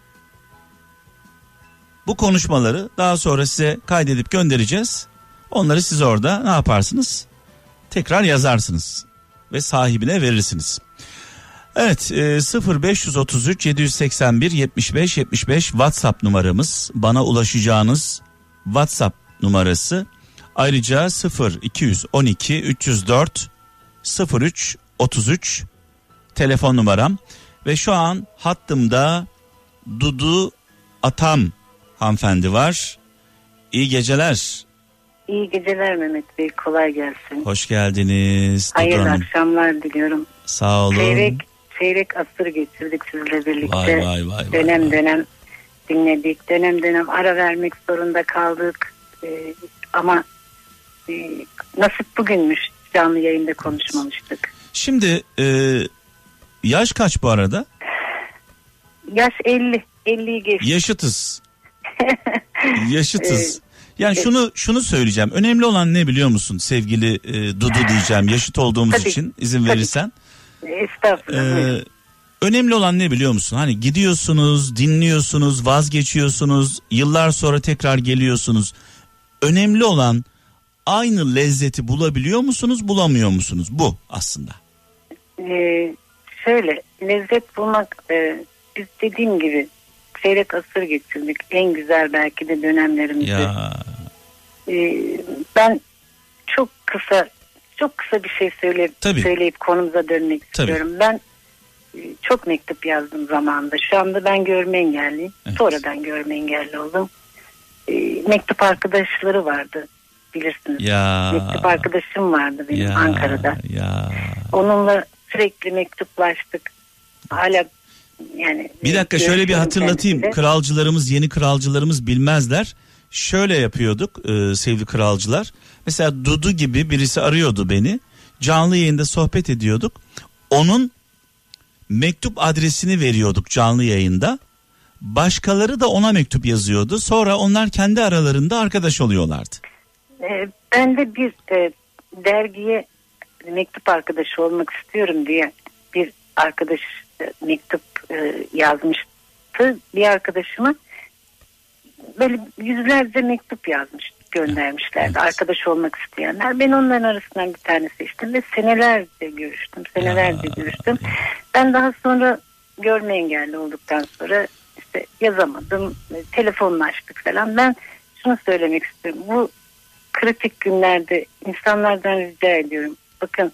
Bu konuşmaları daha sonra size kaydedip göndereceğiz. Onları siz orada ne yaparsınız? Tekrar yazarsınız ve sahibine verirsiniz. Evet, 0533 781 75 75 WhatsApp numaramız, bana ulaşacağınız WhatsApp numarası. Ayrıca 0212 304 03 33 telefon numaram ve şu an hattımda Dudu Atam hanımefendi var. İyi geceler. İyi geceler Mehmet Bey, kolay gelsin. Hoş geldiniz. Hayırlı akşamlar diliyorum. Sağ olun. Çeyrek asır geçirdik sizle birlikte. Vay. Dönem dinledik, dönem ara vermek zorunda kaldık. Ama Nasip bugünmüş, canlı yayında konuşmamıştık. Şimdi yaş kaç bu arada? Yaş 50'yi geçti. Yaşıtız. Yaşıtız. Yani şunu söyleyeceğim. Önemli olan ne biliyor musun sevgili Dudu diyeceğim. Yaşıt olduğumuz tabii, için izin verirsen. Estağfurullah. Önemli olan ne biliyor musun? Hani gidiyorsunuz, dinliyorsunuz, vazgeçiyorsunuz. Yıllar sonra tekrar geliyorsunuz. Önemli olan aynı lezzeti bulabiliyor musunuz, bulamıyor musunuz? Bu aslında. Şöyle lezzet bulmak, biz dediğim gibi çeyrek asır geçirdik. En güzel belki de dönemlerimizde. Ya. Ben çok kısa bir şey söyleyip konumuza dönmek istiyorum. Ben çok mektup yazdım zamanında. Şu anda ben görme engelliyim. Evet. Sonradan görme engelli oldum. Mektup arkadaşları vardı, bilirsiniz. Ya. Mektup arkadaşım vardı benim Ankara'da. Ya. Onunla sürekli mektuplaştık. Hala yani. Bir dakika şöyle bir hatırlatayım. Kralcılarımız, yeni kralcılarımız bilmezler. Şöyle yapıyorduk sevgili kralcılar. Mesela Dudu gibi birisi arıyordu beni. Canlı yayında sohbet ediyorduk. Onun mektup adresini veriyorduk canlı yayında. Başkaları da ona mektup yazıyordu. Sonra onlar kendi aralarında arkadaş oluyorlardı. Ben de bir dergiye mektup arkadaşı olmak istiyorum diye bir arkadaş mektup yazmıştı. Bir arkadaşıma böyle yüzlerce mektup göndermişlerdi. Evet. Arkadaş olmak isteyenler. Ben onların arasından bir tane seçtim ve senelerce görüştüm. Ben daha sonra görme engelli olduktan sonra işte yazamadım. Telefonlaştık falan. Ben şunu söylemek istiyorum. Bu kritik günlerde insanlardan rica ediyorum. Bakın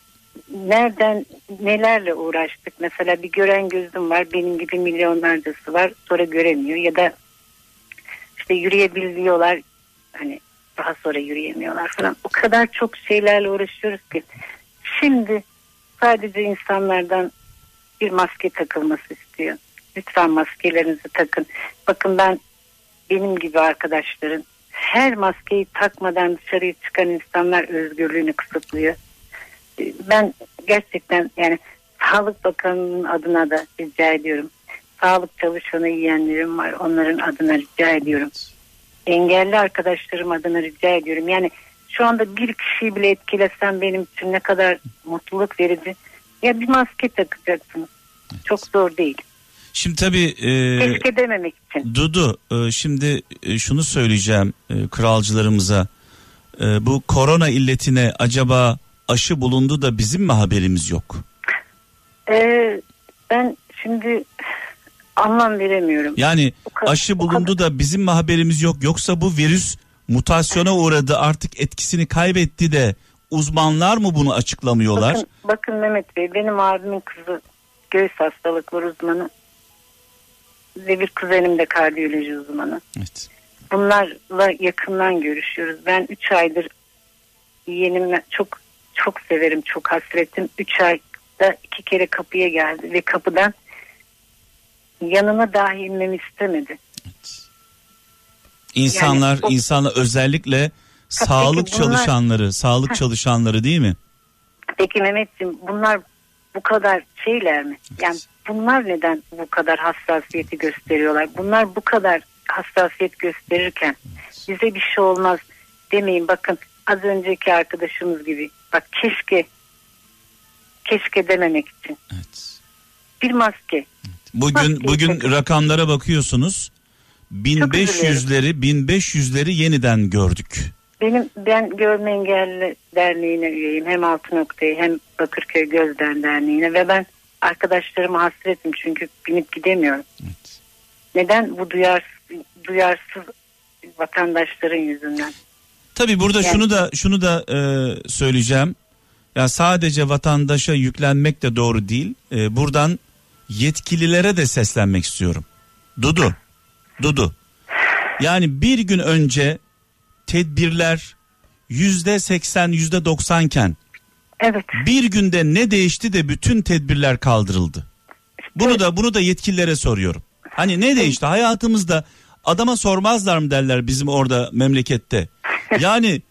nelerle uğraştık. Mesela bir gören gözüm var. Benim gibi milyonlarcası var. Sonra göremiyor ya da işte yürüyebiliyorlar. Hani daha sonra yürüyemiyorlar falan. O kadar çok şeylerle uğraşıyoruz ki. Şimdi sadece insanlardan bir maske takılması istiyor. Lütfen maskelerinizi takın. Bakın benim gibi arkadaşların her maskeyi takmadan dışarıya çıkan insanlar özgürlüğünü kısıtlıyor. Ben gerçekten yani Sağlık Bakanı'nın adına da rica ediyorum. Sağlık çalışanı yiyenlerim var. Onların adına rica ediyorum. Engelli arkadaşlarım adına rica ediyorum. Yani şu anda bir kişiyi bile etkilesem benim için ne kadar mutluluk verici. Ya bir maske takacaksınız. Evet. Çok zor değil. Şimdi tabii keşke dememek için. Dudu şimdi şunu söyleyeceğim kralcılarımıza. Bu korona illetine acaba aşı bulundu da bizim mi haberimiz yok? Ben şimdi anlam veremiyorum. Yani aşı bulundu da bizim mi haberimiz yok? Yoksa bu virüs mutasyona uğradı, artık etkisini kaybetti de uzmanlar mı bunu açıklamıyorlar? Bakın Mehmet Bey, benim abimin kızı göğüs hastalıkları uzmanı ve bir kuzenim de kardiyoloji uzmanı. Evet. Bunlarla yakından görüşüyoruz. Ben 3 aydır yeğenimle çok severim, çok hasretim. 3 ayda 2 kere kapıya geldi ve kapıdan yanına dahi inmemi istemedi. Evet. İnsanlar özellikle sağlık çalışanları değil mi? Peki Mehmetciğim, bunlar bu kadar şeyler mi? Evet. Yani bunlar neden bu kadar hassasiyeti gösteriyorlar? Bunlar bu kadar hassasiyet gösterirken bize bir şey olmaz demeyin. Bakın az önceki arkadaşımız gibi. Bak keşke dememek için. Evet. Bir maske. Bugün rakamlara bakıyorsunuz. 1500'leri yeniden gördük. Ben Görme Engelli Derneği'ne üyeyim. Hem Altınokta'ya hem Bakırköy Gözden Derneği'ne ve ben arkadaşlarıma hasretim çünkü binip gidemiyorum. Evet. Neden? Bu duyarsız vatandaşların yüzünden. Tabii burada şunu da söyleyeceğim. Ya sadece vatandaşa yüklenmek de doğru değil. Buradan yetkililere de seslenmek istiyorum. Dudu. Yani bir gün önce tedbirler %80, %90 iken evet, bir günde ne değişti de bütün tedbirler kaldırıldı? Bunu da yetkililere soruyorum. Hani ne değişti hayatımızda? Adama sormazlar mı derler bizim orada memlekette. Yani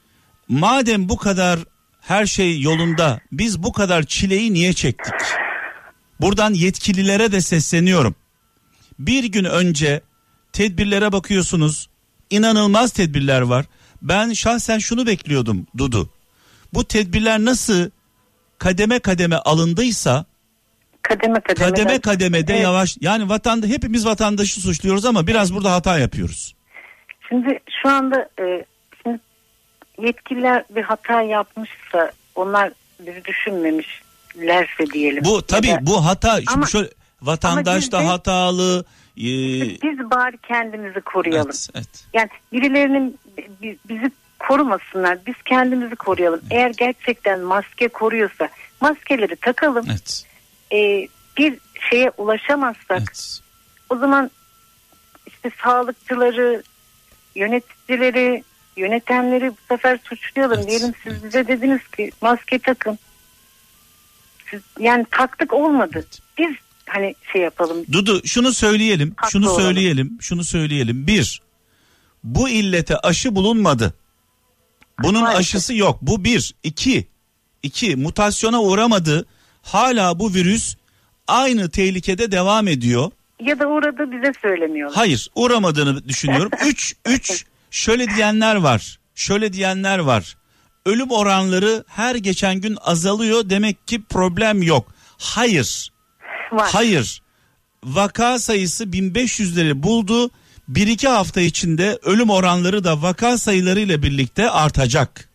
madem bu kadar her şey yolunda, biz bu kadar çileyi niye çektik? Buradan yetkililere de sesleniyorum. Bir gün önce tedbirlere bakıyorsunuz. İnanılmaz tedbirler var. Ben şahsen şunu bekliyordum Dudu. Bu tedbirler nasıl kademe kademe alındıysa kademe kademe de yavaş, yani hepimiz vatandaşı suçluyoruz ama biraz burada hata yapıyoruz. Şimdi şu anda şimdi yetkililer bir hata yapmışsa, onlar bizi düşünmemişlerse diyelim. Bu tabii bu hata. Şimdi ama, şöyle, vatandaş da hatalı. Biz bari kendimizi koruyalım. Evet. Yani birilerinin bizi korumasınlar. Biz kendimizi koruyalım. Evet. Eğer gerçekten maske koruyorsa maskeleri takalım. Evet. Bir şeye ulaşamazsak, evet, o zaman işte sağlıkçıları, yöneticileri, yönetenleri bu sefer suçlayalım. Evet. Diyelim siz evet. bize dediniz ki maske takın. Siz, yani taktık olmadı. Evet. Biz hani şey yapalım. Dudu şunu söyleyelim. Şunu söyleyelim. Bir, bu illete aşı bulunmadı. Bunun aşısı yok. Bu bir. İki, mutasyona uğramadı. Hala bu virüs aynı tehlikede devam ediyor. Ya da uğradı, bize söylemiyorlar. Hayır, uğramadığını düşünüyorum. Üç, şöyle diyenler var. Ölüm oranları her geçen gün azalıyor. Demek ki problem yok. Hayır. Var. Hayır. Vaka sayısı 1500'leri buldu. 1-2 hafta içinde ölüm oranları da vaka sayılarıyla birlikte artacak.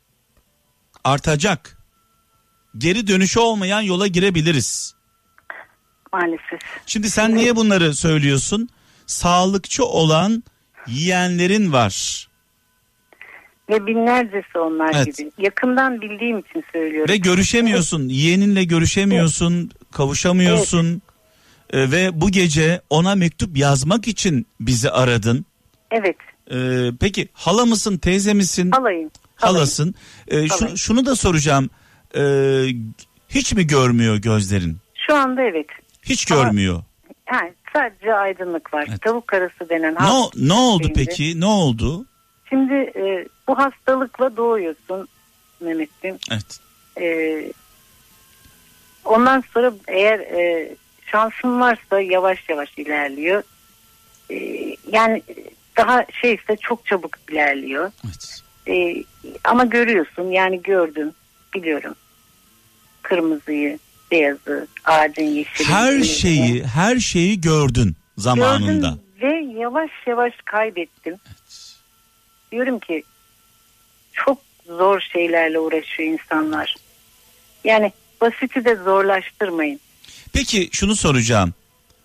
Geri dönüşü olmayan yola girebiliriz. Maalesef. Şimdi sen niye bunları söylüyorsun? Sağlıkçı olan yeğenlerin var. Ve binlercesi onlar evet. gibi. Yakından bildiğim için söylüyorum. Ve görüşemiyorsun. Evet. Yeğeninle görüşemiyorsun. Evet. Kavuşamıyorsun. Evet. Ve bu gece ona mektup yazmak için bizi aradın. Evet. Peki hala mısın, teyze misin? Halayım. Halasın. Şunu da soracağım. Hiç mi görmüyor gözlerin? Şu anda evet. Hiç görmüyor. Yani sadece aydınlık var. Evet. Tavuk karası denen ne oldu peki? Ne oldu? Şimdi bu hastalıkla doğuyorsun Mehmetciğim. Evet. Ondan sonra eğer şansın varsa yavaş yavaş ilerliyor. Yani daha şeyse çok çabuk ilerliyor. Evet. Ama görüyorsun, yani gördüm, biliyorum. Kırmızıyı, beyazı, ağacın yeşili. Her şeyi gördün zamanında. Gördüm ve yavaş yavaş kaybettim. Evet. Diyorum ki çok zor şeylerle uğraşıyor insanlar. Yani basiti de zorlaştırmayın. Peki şunu soracağım.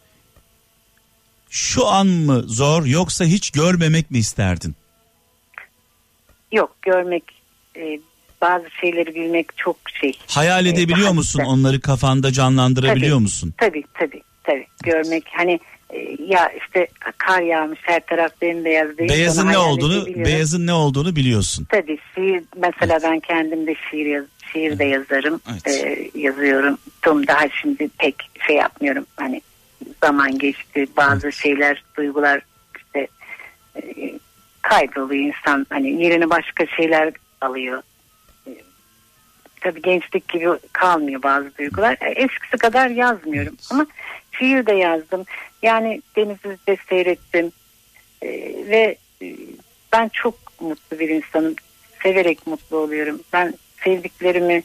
Şu an mı zor, yoksa hiç görmemek mi isterdin? Yok, görmek, bazı şeyleri bilmek çok şey. Hayal edebiliyor musun? Onları kafanda canlandırabiliyor musun? Tabii. Görmek, hani ya işte kar yağmış, her taraf bembeyaz. Beyazın ne olduğunu biliyorsun. Tabii, şiir mesela, evet. Ben kendim de şiir de yazarım. Evet. Yazıyorum. Daha şimdi pek şey yapmıyorum. Hani zaman geçti, bazı evet. şeyler, duygular işte kayboluyor, insan hani yerini başka şeyler alıyor. Tabii gençlik gibi kalmıyor bazı duygular. Eskisi kadar yazmıyorum ama şiir de yazdım. Yani denizi de seyrettim. Ve ben çok mutlu bir insanım. Severek mutlu oluyorum. Ben sevdiklerimi,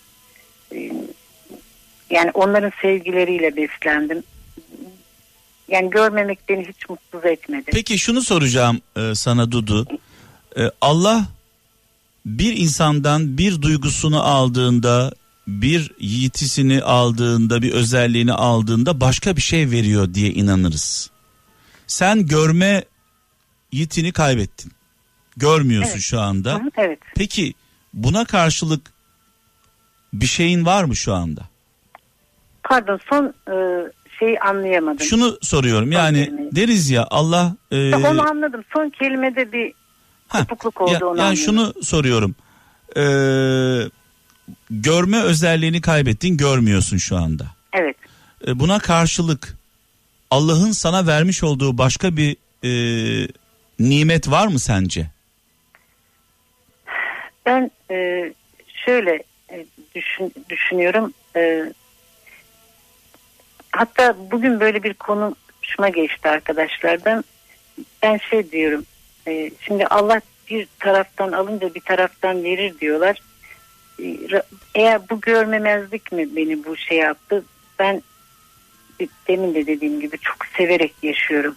yani onların sevgileriyle beslendim. Yani görmemek beni hiç mutsuz etmedi. Peki şunu soracağım sana Dudu. Allah bir insandan bir duygusunu aldığında, bir yetisini aldığında, bir özelliğini aldığında başka bir şey veriyor diye inanırız. Sen görme yetini kaybettin. Görmüyorsun evet. Şu anda. Evet. Peki buna karşılık bir şeyin var mı şu anda? Pardon, son şeyi anlayamadım. Şunu soruyorum, yani deriz ya Allah... Onu anladım. Son kelimede bir kopukluk oldu, onu anladım. Yani şunu soruyorum. Görme özelliğini kaybettin, görmüyorsun şu anda. Evet. Buna karşılık Allah'ın sana vermiş olduğu başka bir nimet var mı sence? Ben şöyle düşünüyorum. Hatta bugün böyle bir konuşma geçti arkadaşlardan. Ben şey diyorum. Şimdi Allah bir taraftan alınca bir taraftan verir diyorlar. Eğer bu görmemezlik mi beni bu şey yaptı? Ben demin de dediğim gibi çok severek yaşıyorum.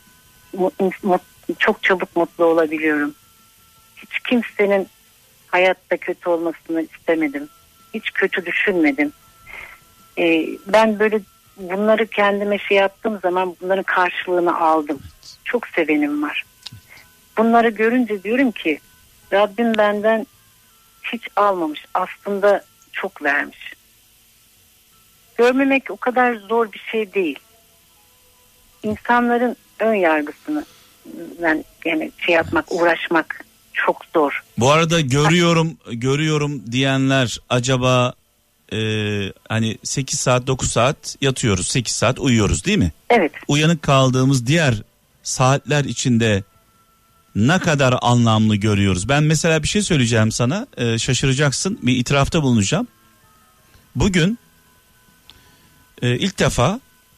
Çok çabuk mutlu olabiliyorum. Hiç kimsenin hayatta kötü olmasını istemedim. Hiç kötü düşünmedim. Ben böyle bunları kendime şey yaptığım zaman bunların karşılığını aldım. Çok sevenim var. Bunları görünce diyorum ki Rabbim benden hiç almamış. Aslında çok vermiş. Görmemek o kadar zor bir şey değil. İnsanların ön yargısını yani şey yapmak, uğraşmak çok zor. Bu arada görüyorum diyenler acaba hani 8 saat 9 saat yatıyoruz, 8 saat uyuyoruz değil mi? Evet. Uyanık kaldığımız diğer saatler içinde ne kadar anlamlı görüyoruz. Ben mesela bir şey söyleyeceğim sana, şaşıracaksın, bir itirafta bulunacağım. Bugün ilk defa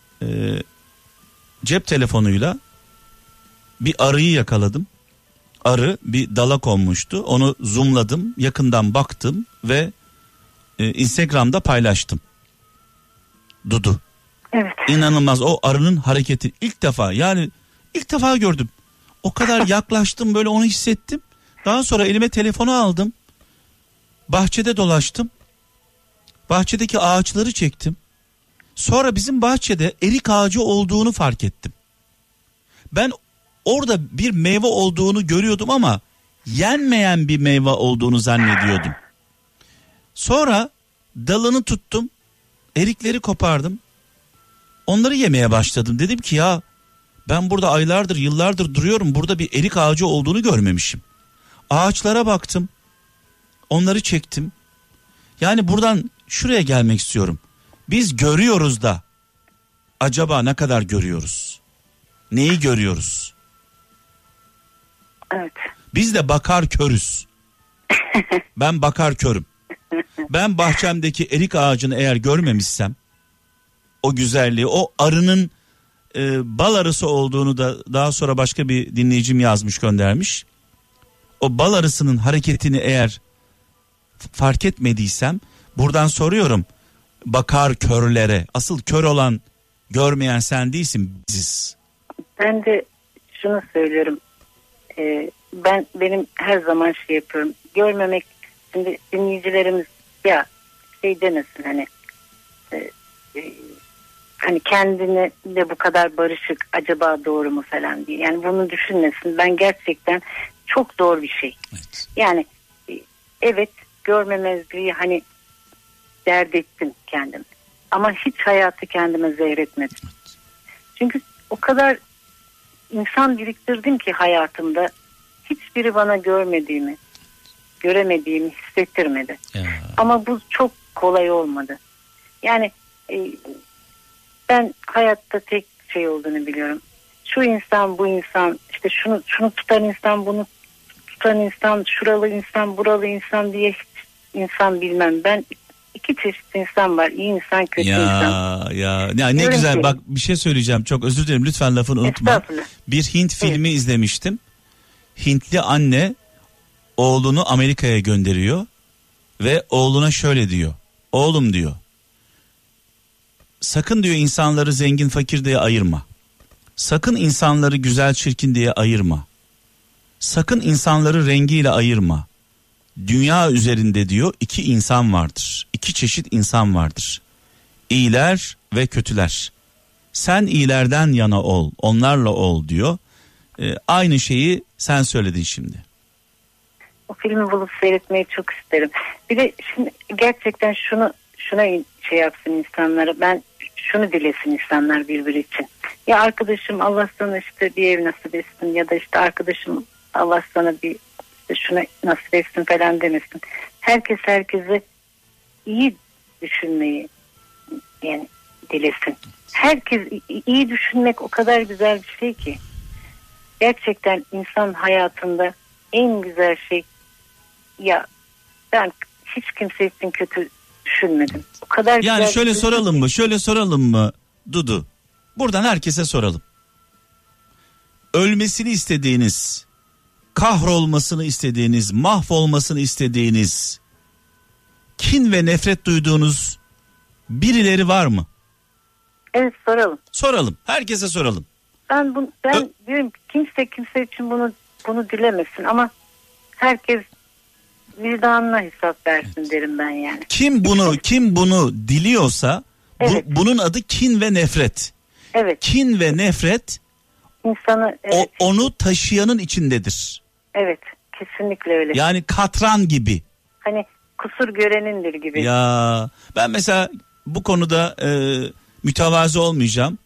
cep telefonuyla bir arıyı yakaladım. Arı bir dala konmuştu. Onu zoomladım, yakından baktım ve Instagram'da paylaştım. Dudu. Evet. İnanılmaz, o arının hareketi ilk defa gördüm. O kadar yaklaştım, böyle onu hissettim. Daha sonra elime telefonu aldım. Bahçede dolaştım. Bahçedeki ağaçları çektim. Sonra bizim bahçede erik ağacı olduğunu fark ettim. Ben orada bir meyve olduğunu görüyordum ama yenmeyen bir meyve olduğunu zannediyordum. Sonra dalını tuttum. Erikleri kopardım. Onları yemeye başladım. Dedim ki ya ben burada aylardır, yıllardır duruyorum. Burada bir erik ağacı olduğunu görmemişim. Ağaçlara baktım. Onları çektim. Yani buradan şuraya gelmek istiyorum. Biz görüyoruz da acaba ne kadar görüyoruz? Neyi görüyoruz? Evet. Biz de bakar körüz. Ben bakar körüm. Ben bahçemdeki erik ağacını eğer görmemişsem, o güzelliği, o arının bal arısı olduğunu da daha sonra başka bir dinleyicim yazmış, göndermiş. O bal arısının hareketini eğer fark etmediysem, buradan soruyorum bakar körlere, asıl kör olan, görmeyen sen değilsin, biziz. Ben de şunu söylüyorum. Benim her zaman şey yapıyorum. Görmemek, şimdi dinleyicilerimiz ya şey demesin hani hani kendine de bu kadar barışık acaba doğru mu falan diye. Yani bunu düşünmesin. Ben gerçekten çok zor bir şey. Evet. Yani evet, görmemezliği hani dert ettim kendime. Ama hiç hayatı kendime zehretmedim. Evet. Çünkü o kadar insan biriktirdim ki hayatımda, hiçbiri bana göremediğimi hissettirmedi. Ama bu çok kolay olmadı. Yani ben hayatta tek şey olduğunu biliyorum. Şu insan, bu insan, işte şunu tutan insan, bunu tutan insan, şuralı insan, buralı insan diye hiç insan bilmem. Ben iki çeşit insan var. İyi insan, kötü insan. Ya ne Diyorum güzel. ki, Bak bir şey söyleyeceğim. Çok özür dilerim. Lütfen lafını unutma. Bir Hint filmi izlemiştim. Hintli anne oğlunu Amerika'ya gönderiyor ve oğluna şöyle diyor. Oğlum diyor, sakın diyor insanları zengin fakir diye ayırma. Sakın insanları güzel çirkin diye ayırma. Sakın insanları rengiyle ayırma. Dünya üzerinde diyor iki insan vardır. İki çeşit insan vardır. İyiler ve kötüler. Sen iyilerden yana ol, onlarla ol diyor. Aynı şeyi sen söyledin şimdi. O filmi bulup seyretmeyi çok isterim. Bir de şimdi gerçekten şuna şey yapsın insanlara. Ben şunu dilesin insanlar birbiri için. Ya arkadaşım Allah sana işte bir ev nasip etsin, ya da işte arkadaşım Allah sana bir işte şuna nasip etsin falan demesin. Herkes herkese iyi düşünmeyi yani dilesin. Herkes iyi düşünmek o kadar güzel bir şey ki. Gerçekten insan hayatında en güzel şey, ya ben hiç kimse için kötü düşünmedim. O kadar Yani güzel şöyle bir- soralım mı? Şöyle soralım mı Dudu? Buradan herkese soralım. Ölmesini istediğiniz, kahrolmasını istediğiniz, mahvolmasını istediğiniz, kin ve nefret duyduğunuz birileri var mı? Evet, soralım. Soralım. Herkese soralım. Ben diyorum ki kimse için bunu dilemesin ama herkes vicdanına hesap versin derim ben yani. Kim bunu diliyorsa Evet. bunun adı kin ve nefret. Evet. Kin ve nefret İnsanı evet, onu taşıyanın içindedir. evet kesinlikle öyle. Yani katran gibi. Hani kusur görenindir gibi. Ya ben mesela bu konuda mütevazı olmayacağım.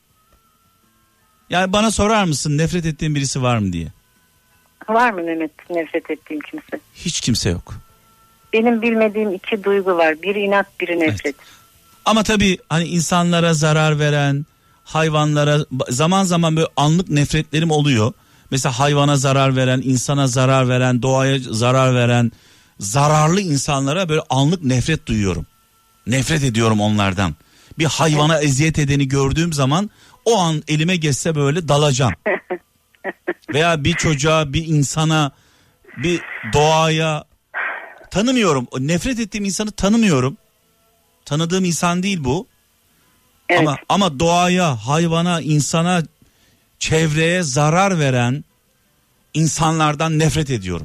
Yani bana sorar mısın nefret ettiğin birisi var mı diye. Var mı Mehmet nefret ettiğim kimse? Hiç kimse yok. Benim bilmediğim iki duygu var. Biri inat, biri nefret. Evet. Ama tabii hani insanlara zarar veren, hayvanlara zaman zaman böyle anlık nefretlerim oluyor. Mesela hayvana zarar veren, insana zarar veren, doğaya zarar veren zararlı insanlara böyle anlık nefret duyuyorum. Nefret ediyorum onlardan. Bir hayvana eziyet edeni gördüğüm zaman o an elime geçse böyle dalacağım. Veya bir çocuğa, bir insana, bir doğaya tanımıyorum. O nefret ettiğim insanı tanımıyorum. Tanıdığım insan değil bu. Evet. Ama doğaya, hayvana, insana, çevreye zarar veren insanlardan nefret ediyorum.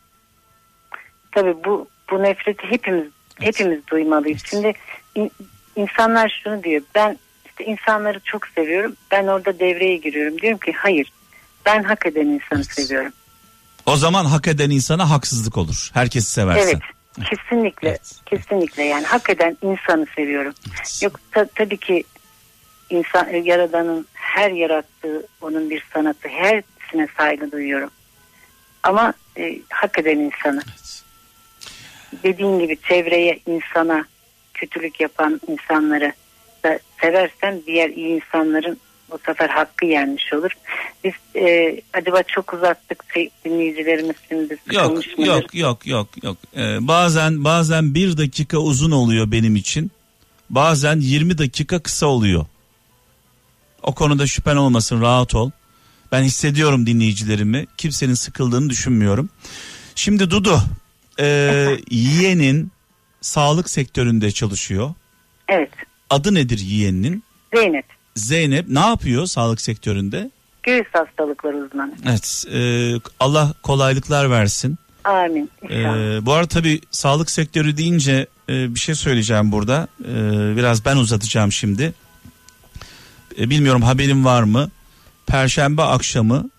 Tabii bu nefreti hepimiz duymalıyız. Şimdi insanlar şunu diyor. Ben işte insanları çok seviyorum. Ben orada devreye giriyorum. Diyorum ki hayır. Ben hak eden insanı seviyorum. O zaman hak eden insana haksızlık olur. Herkesi seversen. Evet. Kesinlikle. Evet. Kesinlikle yani hak eden insanı seviyorum. Evet. Yok tabii ki insan yaradanın her yarattığı onun bir sanatı, hepsine saygı duyuyorum. Ama hak eden insanı. Evet. Dediğin gibi çevreye, insana kötülük yapan insanları da seversen diğer iyi insanların bu sefer hakkı yenmiş olur. Biz acaba çok uzattık dinleyicilerimiz şimdi sıkılmış mıdır? Yok. Bazen 1 dakika uzun oluyor benim için. Bazen 20 dakika kısa oluyor. O konuda şüphen olmasın, rahat ol. Ben hissediyorum dinleyicilerimi. Kimsenin sıkıldığını düşünmüyorum. Şimdi Dudu, yeğenin sağlık sektöründe çalışıyor. Evet. Adı nedir yeğeninin? Zeynep ne yapıyor sağlık sektöründe? Göğüs hastalıkları uzmanı. Evet, Allah kolaylıklar versin. Amin. İnşallah. Bu arada tabii sağlık sektörü deyince bir şey söyleyeceğim burada. Biraz ben uzatacağım şimdi. Bilmiyorum haberin var mı? Perşembe akşamı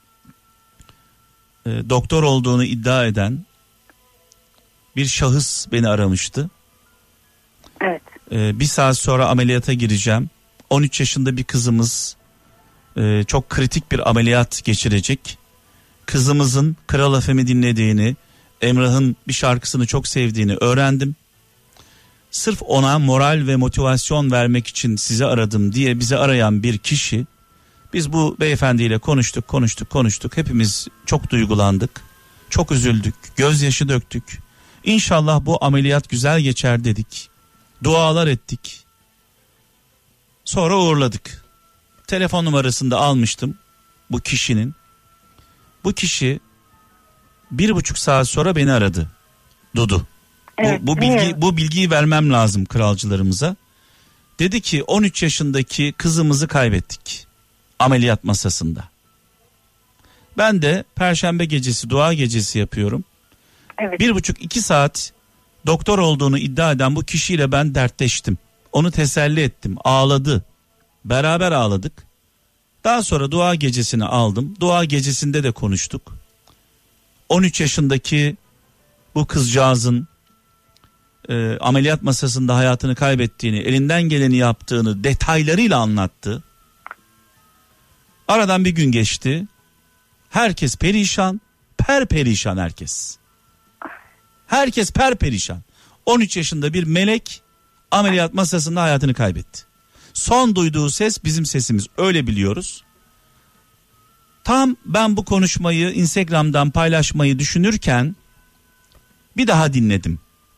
doktor olduğunu iddia eden bir şahıs beni aramıştı. Evet. 1 saat sonra ameliyata gireceğim. 13 yaşında bir kızımız çok kritik bir ameliyat geçirecek. Kızımızın Kral FM'i dinlediğini, Emrah'ın bir şarkısını çok sevdiğini öğrendim. Sırf ona moral ve motivasyon vermek için sizi aradım diye bizi arayan bir kişi. Biz bu beyefendiyle konuştuk. Hepimiz çok duygulandık. Çok üzüldük. Gözyaşı döktük. İnşallah bu ameliyat güzel geçer dedik. Dualar ettik. Sonra uğurladık. Telefon numarasını da almıştım bu kişinin. Bu kişi 1,5 saat sonra beni aradı. Dudu. Evet, Bu bilgiyi vermem lazım kralcılarımıza. Dedi ki 13 yaşındaki kızımızı kaybettik. Ameliyat masasında. Ben de perşembe gecesi dua gecesi yapıyorum. Evet. 1,5-2 saat doktor olduğunu iddia eden bu kişiyle ben dertleştim. Onu teselli ettim. Ağladı. Beraber ağladık. Daha sonra dua gecesini aldım. Dua gecesinde de konuştuk. 13 yaşındaki bu kızcağızın ameliyat masasında hayatını kaybettiğini, elinden geleni yaptığını detaylarıyla anlattı. Aradan bir gün geçti. Herkes perişan, perperişan herkes. Herkes perperişan. 13 yaşında bir melek ameliyat masasında hayatını kaybetti. Son duyduğu ses bizim sesimiz, öyle biliyoruz. Tam ben bu konuşmayı Instagram'dan paylaşmayı düşünürken bir daha dinledim.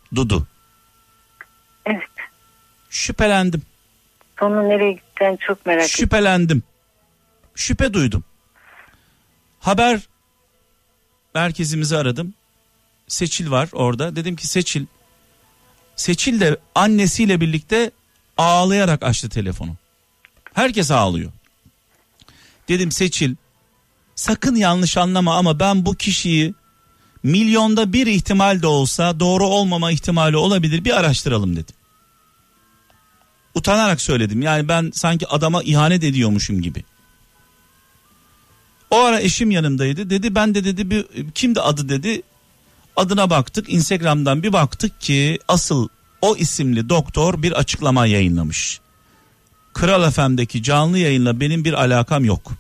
Dudu. Evet. Şüphelendim. Sonu nereye gittiğini çok merak ettim. Şüphelendim. Şüphe duydum. Haber merkezimizi aradım. Seçil var orada. Dedim ki Seçil. Seçil de annesiyle birlikte ağlayarak açtı telefonu. Herkes ağlıyor. Dedim Seçil, sakın yanlış anlama ama ben bu kişiyi milyonda bir ihtimal de olsa doğru olmama ihtimali olabilir, bir araştıralım dedim. Utanarak söyledim, yani ben sanki adama ihanet ediyormuşum gibi. O ara eşim yanımdaydı. Dedi ben de dedi kimdi adı dedi. Adına baktık, Instagram'dan bir baktık ki asıl o isimli doktor bir açıklama yayınlamış. Kral FM'deki canlı yayınla benim bir alakam yok.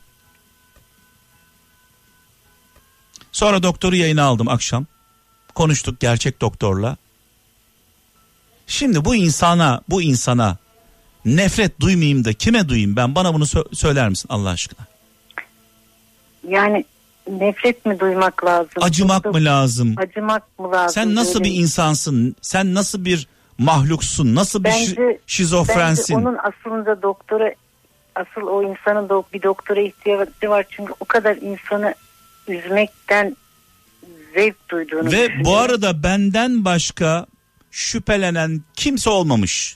Sonra doktoru yayına aldım akşam. Konuştuk gerçek doktorla. Şimdi bu insana nefret duymayayım da kime duyayım ben? Bana bunu söyler misin Allah aşkına? Yani nefret mi duymak lazım? Acımak mı lazım? Acımak mı lazım? Sen nasıl bir insansın? Sen nasıl bir mahluksun? Nasıl bir şizofrensin? Bence onun aslında asıl o insanın bir doktora ihtiyacı var. Çünkü o kadar insanı üzmekten zevk duyduğunu ve bu arada benden başka şüphelenen kimse olmamış.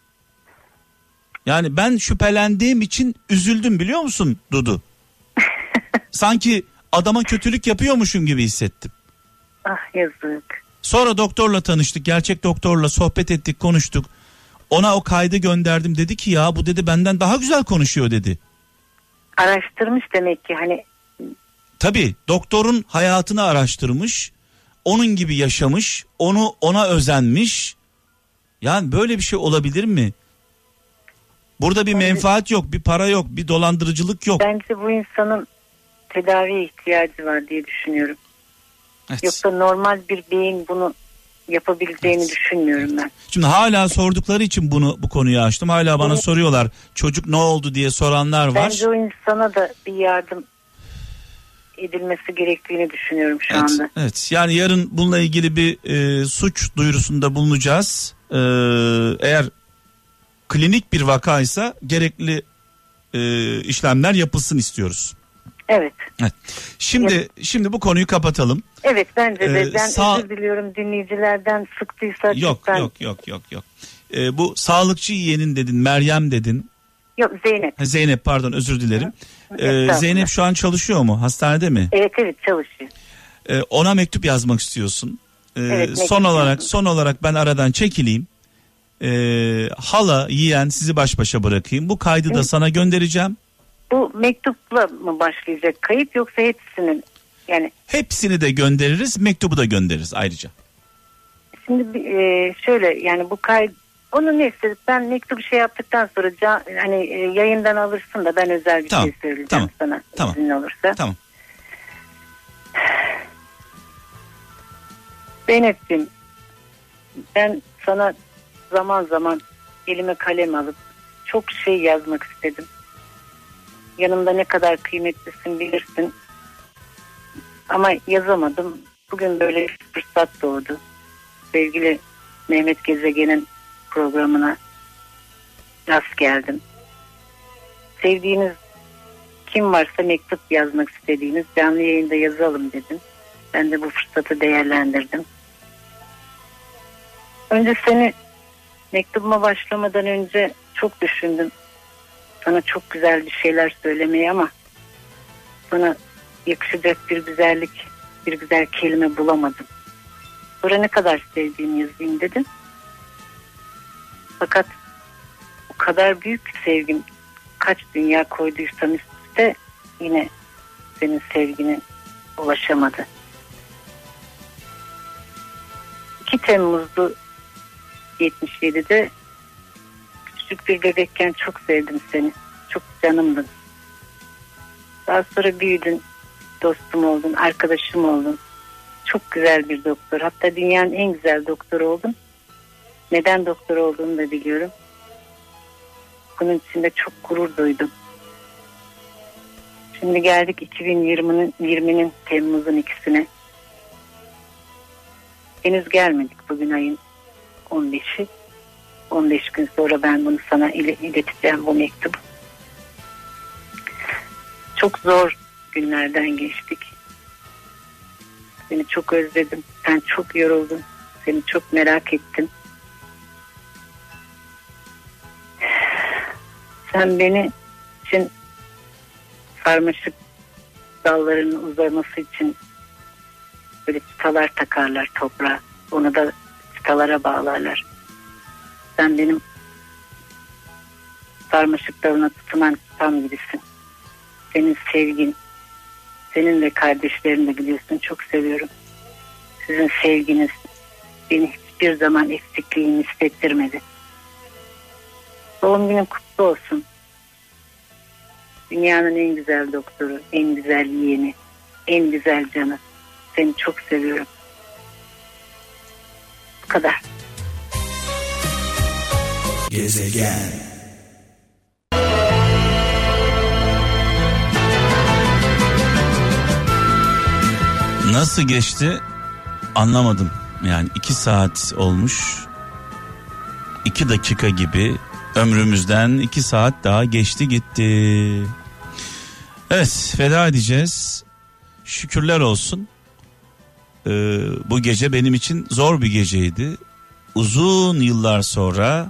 Yani ben şüphelendiğim için üzüldüm, biliyor musun Dudu? Sanki adama kötülük yapıyormuşum gibi hissettim. Ah yazık. Sonra doktorla tanıştık. Gerçek doktorla sohbet ettik, konuştuk. Ona o kaydı gönderdim. Dedi ki ya bu dedi benden daha güzel konuşuyor dedi. Araştırmış demek ki hani. Tabii doktorun hayatını araştırmış. Onun gibi yaşamış. Ona özenmiş. Yani böyle bir şey olabilir mi? Burada bir menfaat yok, bir para yok, bir dolandırıcılık yok. Bence bu insanın tedaviye ihtiyacı var diye düşünüyorum. Evet. Yoksa normal bir beyin bunu yapabileceğini düşünmüyorum ben. Şimdi hala sordukları için bu konuyu açtım. Hala bana soruyorlar. Çocuk ne oldu diye soranlar var. Bence o insana da bir yardım edilmesi gerektiğini düşünüyorum şu anda. Evet. Yani yarın bununla ilgili bir suç duyurusunda bulunacağız. Eğer klinik bir vakaysa gerekli işlemler yapılsın istiyoruz. Evet. Şimdi bu konuyu kapatalım. Evet bence de ben özür diliyorum dinleyicilerden, sıktıysa. Yok. Bu sağlıkçı yeğenin dedin, Meryem dedin. Yok Zeynep. Zeynep pardon, özür dilerim. Zeynep şu an çalışıyor mu? Hastanede mi? Evet çalışıyor. Ona mektup yazmak istiyorsun. Evet, son olarak ben aradan çekileyim. Hala yeğen sizi baş başa bırakayım. Bu kaydı da sana göndereceğim. Bu mektupla mı başlayacak kayıt yoksa hepsinin yani? Hepsini de göndeririz, mektubu da göndeririz ayrıca. Şimdi şöyle yani bu kayıt onu neyse ben mektubu yaptıktan sonra hani yayından alırsın da ben özel bir şey söyleyeceğim sana izin olursa. Tamam. Zeynep'ciğim ben sana zaman zaman elime kalem alıp çok şey yazmak istedim. Yanımda ne kadar kıymetlisin bilirsin. Ama yazamadım. Bugün böyle bir fırsat doğdu. Sevgili Mehmet Gezegen'in programına rast geldim. Sevdiğiniz kim varsa mektup yazmak istediğiniz canlı yayında yazalım dedim. Ben de bu fırsatı değerlendirdim. Önce seni mektubuma başlamadan önce çok düşündüm. Sana çok güzel bir şeyler söylemeyi ama sana yakışacak bir güzel kelime bulamadım. Sonra ne kadar sevdiğimi yazayım dedim. Fakat o kadar büyük bir sevgim, kaç dünya koyduysam üst üste yine senin sevgine ulaşamadı. 2 Temmuz'du 77'de küçük bir bebekken çok sevdim seni. Çok canımdın. Daha sonra büyüdün, dostum oldun, arkadaşım oldun. Çok güzel bir doktor. Hatta dünyanın en güzel doktoru oldun. Neden doktor olduğunu da biliyorum. Bunun için de çok gurur duydum. Şimdi geldik 2020'nin Temmuz'un 2'sine. Henüz gelmedik bugün ayın 15'i. 15 gün sonra ben bunu sana ileteceğim, bu mektubu. Çok zor günlerden geçtik. Seni çok özledim. Sen çok yoruldun. Seni çok merak ettim. Sen beni için sarmaşık dallarının uzaması için böyle çıtalar takarlar toprağa. Onu da çıtalara bağlarlar. Sen benim sarmaşık dalına tutunan çıtam gibisin. Senin sevgin, senin ve kardeşlerin de biliyorsun çok seviyorum. Sizin sevginiz beni hiçbir zaman eksikliğini hissettirmedi. Doğum günün kutlu olsun. Dünyanın en güzel doktoru, en güzel yeğeni, en güzel canı. Seni çok seviyorum. Bu kadar. Gezegen. Nasıl geçti anlamadım. Yani 2 saat olmuş. 2 dakika gibi ömrümüzden 2 saat daha geçti gitti. Evet, veda edeceğiz. Şükürler olsun. Bu gece benim için zor bir geceydi. Uzun yıllar sonra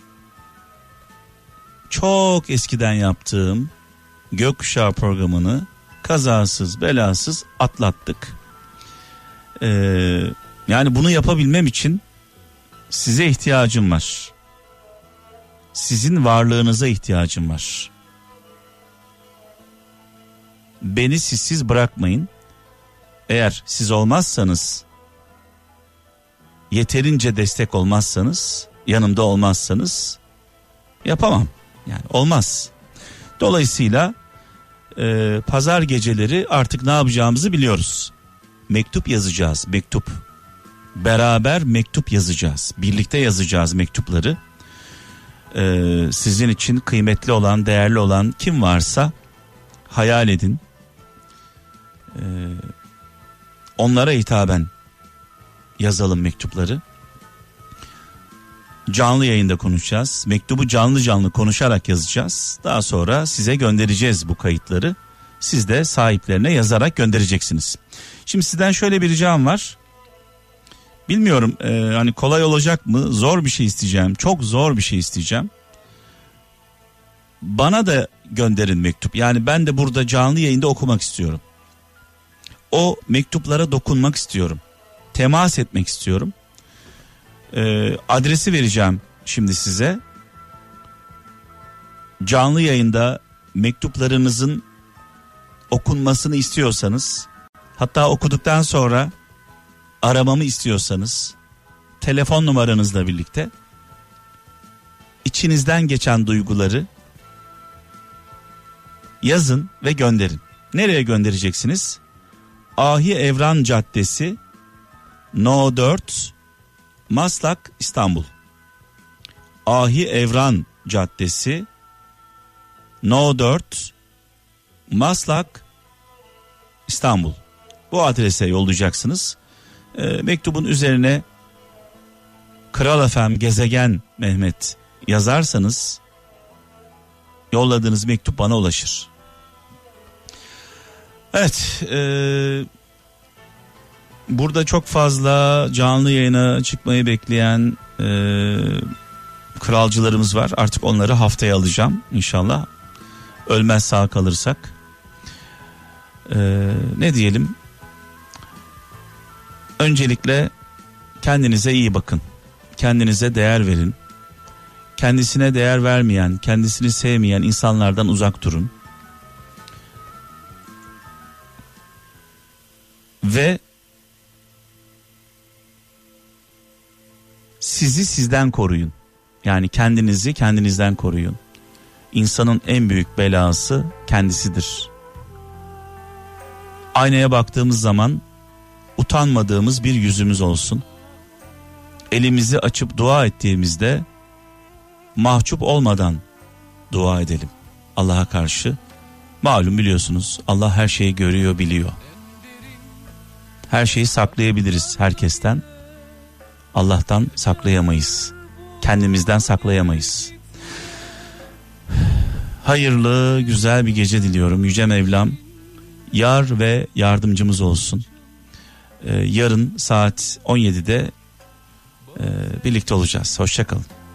çok eskiden yaptığım Gökkuşağı programını kazasız belasız atlattık. Yani bunu yapabilmem için size ihtiyacım var. Sizin varlığınıza ihtiyacım var. Beni sizsiz bırakmayın. Eğer siz olmazsanız, yeterince destek olmazsanız, yanımda olmazsanız yapamam. Yani olmaz. Dolayısıyla pazar geceleri artık ne yapacağımızı biliyoruz. Mektup yazacağız, mektup. Beraber mektup yazacağız. Birlikte yazacağız mektupları. Sizin için kıymetli olan, değerli olan kim varsa hayal edin. Onlara hitaben yazalım mektupları. Canlı yayında konuşacağız. Mektubu canlı canlı konuşarak yazacağız. Daha sonra size göndereceğiz bu kayıtları. Siz de sahiplerine yazarak göndereceksiniz. Şimdi sizden şöyle bir ricam var. Bilmiyorum hani kolay olacak mı? Zor bir şey isteyeceğim. Çok zor bir şey isteyeceğim. Bana da gönderin mektup. Yani ben de burada canlı yayında okumak istiyorum. O mektuplara dokunmak istiyorum. Temas etmek istiyorum. Adresi vereceğim şimdi size. Canlı yayında mektuplarınızın okunmasını istiyorsanız, hatta okuduktan sonra aramamı istiyorsanız, telefon numaranızla birlikte içinizden geçen duyguları yazın ve gönderin. Nereye göndereceksiniz? Ahi Evran Caddesi No 4 Maslak, İstanbul. Ahi Evran Caddesi No 4 Maslak, İstanbul. Bu adrese yollayacaksınız. Mektubun üzerine Kral FM Gezegen Mehmet yazarsanız yolladığınız mektup bana ulaşır. Evet, burada çok fazla canlı yayına çıkmayı bekleyen kralcılarımız var. Artık onları haftaya alacağım inşallah. Ölmez sağ kalırsak. Ne diyelim? Öncelikle kendinize iyi bakın. Kendinize değer verin. Kendisine değer vermeyen, kendisini sevmeyen insanlardan uzak durun. Ve sizi sizden koruyun. Yani kendinizi kendinizden koruyun. İnsanın en büyük belası kendisidir. Aynaya baktığımız zaman utanmadığımız bir yüzümüz olsun. Elimizi açıp dua ettiğimizde mahcup olmadan dua edelim Allah'a karşı. Malum biliyorsunuz, Allah her şeyi görüyor, biliyor. Her şeyi saklayabiliriz herkesten. Allah'tan saklayamayız. Kendimizden saklayamayız. Hayırlı, güzel bir gece diliyorum. Yüce Mevlam yar ve yardımcımız olsun. Yarın saat 17'de birlikte olacağız. Hoşça kalın.